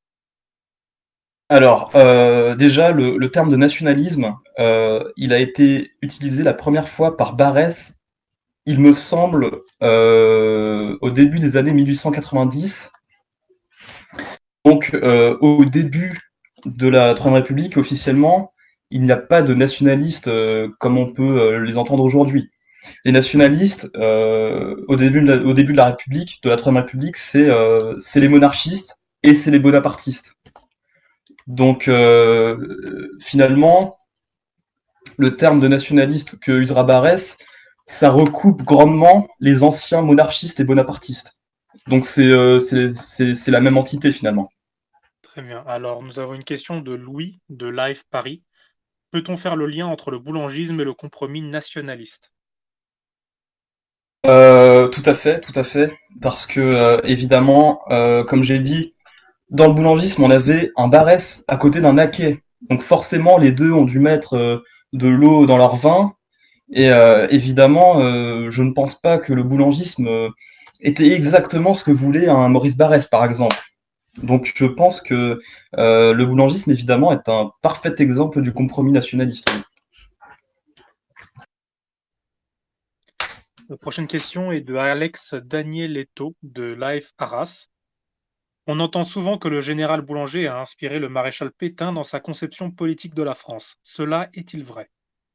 Alors, euh, déjà, le, le terme de nationalisme, euh, il a été utilisé la première fois par Barrès, il me semble, euh, au début des années mille huit cent quatre-vingt-dix. Donc, euh, au début de la Troisième République, officiellement, il n'y a pas de nationalistes euh, comme on peut euh, les entendre aujourd'hui. Les nationalistes, euh, au, début de la, au début de la République, de la Troisième République, c'est euh, c'est les monarchistes et c'est les bonapartistes. Donc, euh, finalement, le terme de nationaliste que usera Barrès, ça recoupe grandement les anciens monarchistes et bonapartistes. Donc, c'est euh, c'est la même entité, finalement. Très bien. Alors, nous avons une question de Louis, de Live Paris. Peut-on faire le lien entre le boulangisme et le compromis nationaliste? Euh, tout à fait, tout à fait, parce que euh, évidemment, euh, comme j'ai dit, dans le boulangisme, on avait un Barrès à côté d'un Naquet, donc forcément, les deux ont dû mettre euh, de l'eau dans leur vin, et euh, évidemment, euh, je ne pense pas que le boulangisme euh, était exactement ce que voulait un Maurice Barrès, par exemple. Donc, je pense que euh, le boulangisme, évidemment, est un parfait exemple du compromis nationaliste. La prochaine question est de Alex Danieletto de Life Arras. On entend souvent que le général Boulanger a inspiré le maréchal Pétain dans sa conception politique de la France. Cela est-il vrai?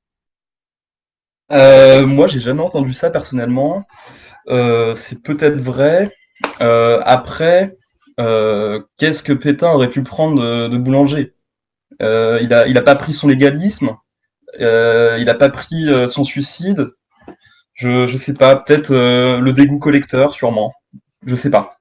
euh, Moi, j'ai jamais entendu ça personnellement. Euh, c'est peut-être vrai. Euh, après, euh, qu'est-ce que Pétain aurait pu prendre de, de Boulanger? euh, Il a, il a pas pris son légalisme. Euh, il a pas pris euh, son suicide. Je, je sais pas. Peut-être euh, le dégoût collecteur, sûrement. Je sais pas.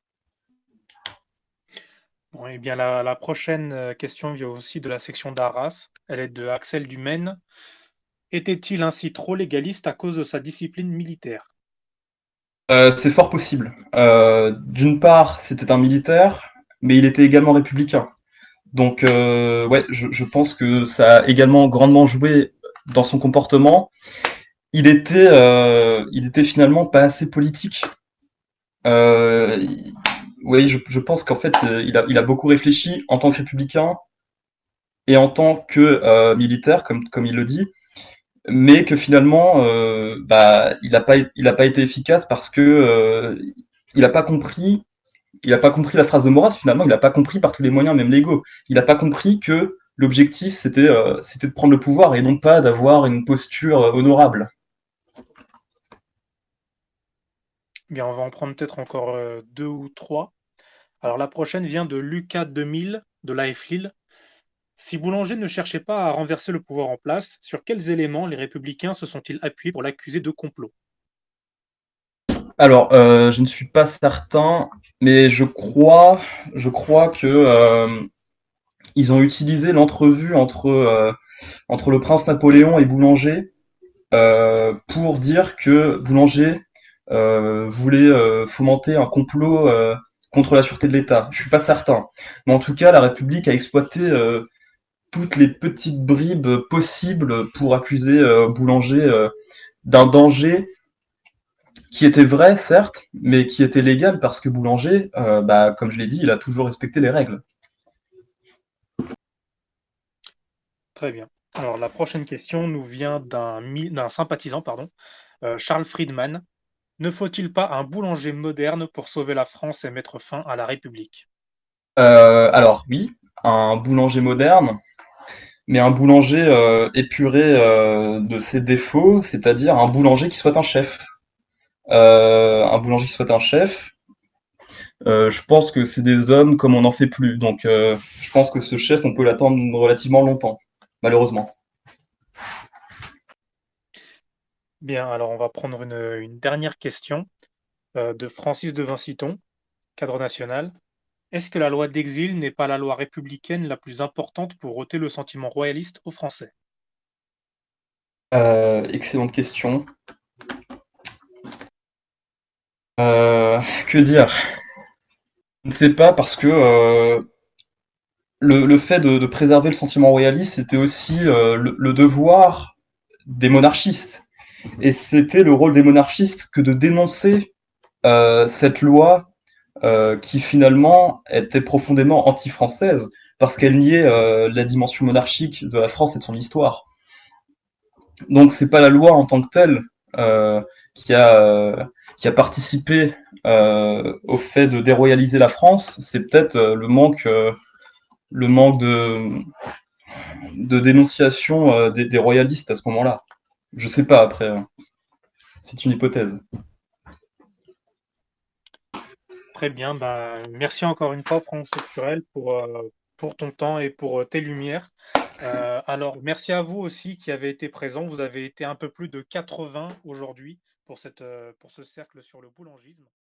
Bon, eh bien, la, la prochaine question vient aussi de la section d'Arras. Elle est de Axel Dumaine. Était-il ainsi trop légaliste à cause de sa discipline militaire? Euh, c'est fort possible. Euh, D'une part, c'était un militaire, mais il était également républicain. Donc, euh, ouais, je, je pense que ça a également grandement joué dans son comportement. Il était, euh, il était finalement pas assez politique. Euh, il- oui, je, je pense qu'en fait, euh, il a, il a beaucoup réfléchi en tant que républicain et en tant que euh, militaire, comme, comme il le dit, mais que finalement, euh, bah, il n'a pas, il a pas été efficace parce que euh, il n'a pas compris, il a pas compris la phrase de Maurras. Finalement, il n'a pas compris par tous les moyens, même légaux. Il n'a pas compris que l'objectif c'était, euh, c'était de prendre le pouvoir et non pas d'avoir une posture euh, honorable. Bien, on va en prendre peut-être encore euh, deux ou trois. Alors la prochaine vient de Lucas deux mille de l'A F Lille. Si Boulanger ne cherchait pas à renverser le pouvoir en place, sur quels éléments les républicains se sont-ils appuyés pour l'accuser de complot? Alors, euh, je ne suis pas certain, mais je crois, je crois que euh, ils ont utilisé l'entrevue entre euh, entre le prince Napoléon et Boulanger euh, pour dire que Boulanger euh, voulait euh, fomenter un complot euh, contre la sûreté de l'État. Je suis pas certain, mais en tout cas, la République a exploité euh, toutes les petites bribes possibles pour accuser euh, Boulanger euh, d'un danger qui était vrai, certes, mais qui était légal parce que Boulanger, euh, bah, comme je l'ai dit, il a toujours respecté les règles. Très bien. Alors la prochaine question nous vient d'un mi- d'un sympathisant, pardon, euh, Charles Friedman. Ne faut-il pas un boulanger moderne pour sauver la France et mettre fin à la République? Euh, alors oui, un boulanger moderne, mais un boulanger euh, épuré euh, de ses défauts, c'est-à-dire un boulanger qui soit un chef. Euh, un boulanger qui soit un chef, euh, je pense que c'est des hommes comme on n'en fait plus. Donc euh, je pense que ce chef, on peut l'attendre relativement longtemps, malheureusement. Bien, alors on va prendre une, une dernière question euh, de Francis de Vinciton, cadre national. Est-ce que la loi d'exil n'est pas la loi républicaine la plus importante pour ôter le sentiment royaliste aux Français? Euh, excellente question. Euh, que dire? Je ne sais pas parce que euh, le, le fait de, de préserver le sentiment royaliste, c'était aussi euh, le, le devoir des monarchistes. Et c'était le rôle des monarchistes que de dénoncer euh, cette loi euh, qui finalement était profondément anti-française parce qu'elle niait euh, la dimension monarchique de la France et de son histoire. Donc c'est pas la loi en tant que telle euh, qui a euh, qui a participé euh, au fait de déroyaliser la France, c'est peut-être euh, le manque euh, le manque de de dénonciation euh, des, des royalistes à ce moment-là. Je sais pas après, euh, c'est une hypothèse. Très bien, bah, merci encore une fois, François Turel, pour, euh, pour ton temps et pour euh, tes lumières. Euh, alors, merci à vous aussi qui avez été présents. Vous avez été un peu plus de quatre-vingts aujourd'hui pour, cette, euh, pour ce cercle sur le boulangisme.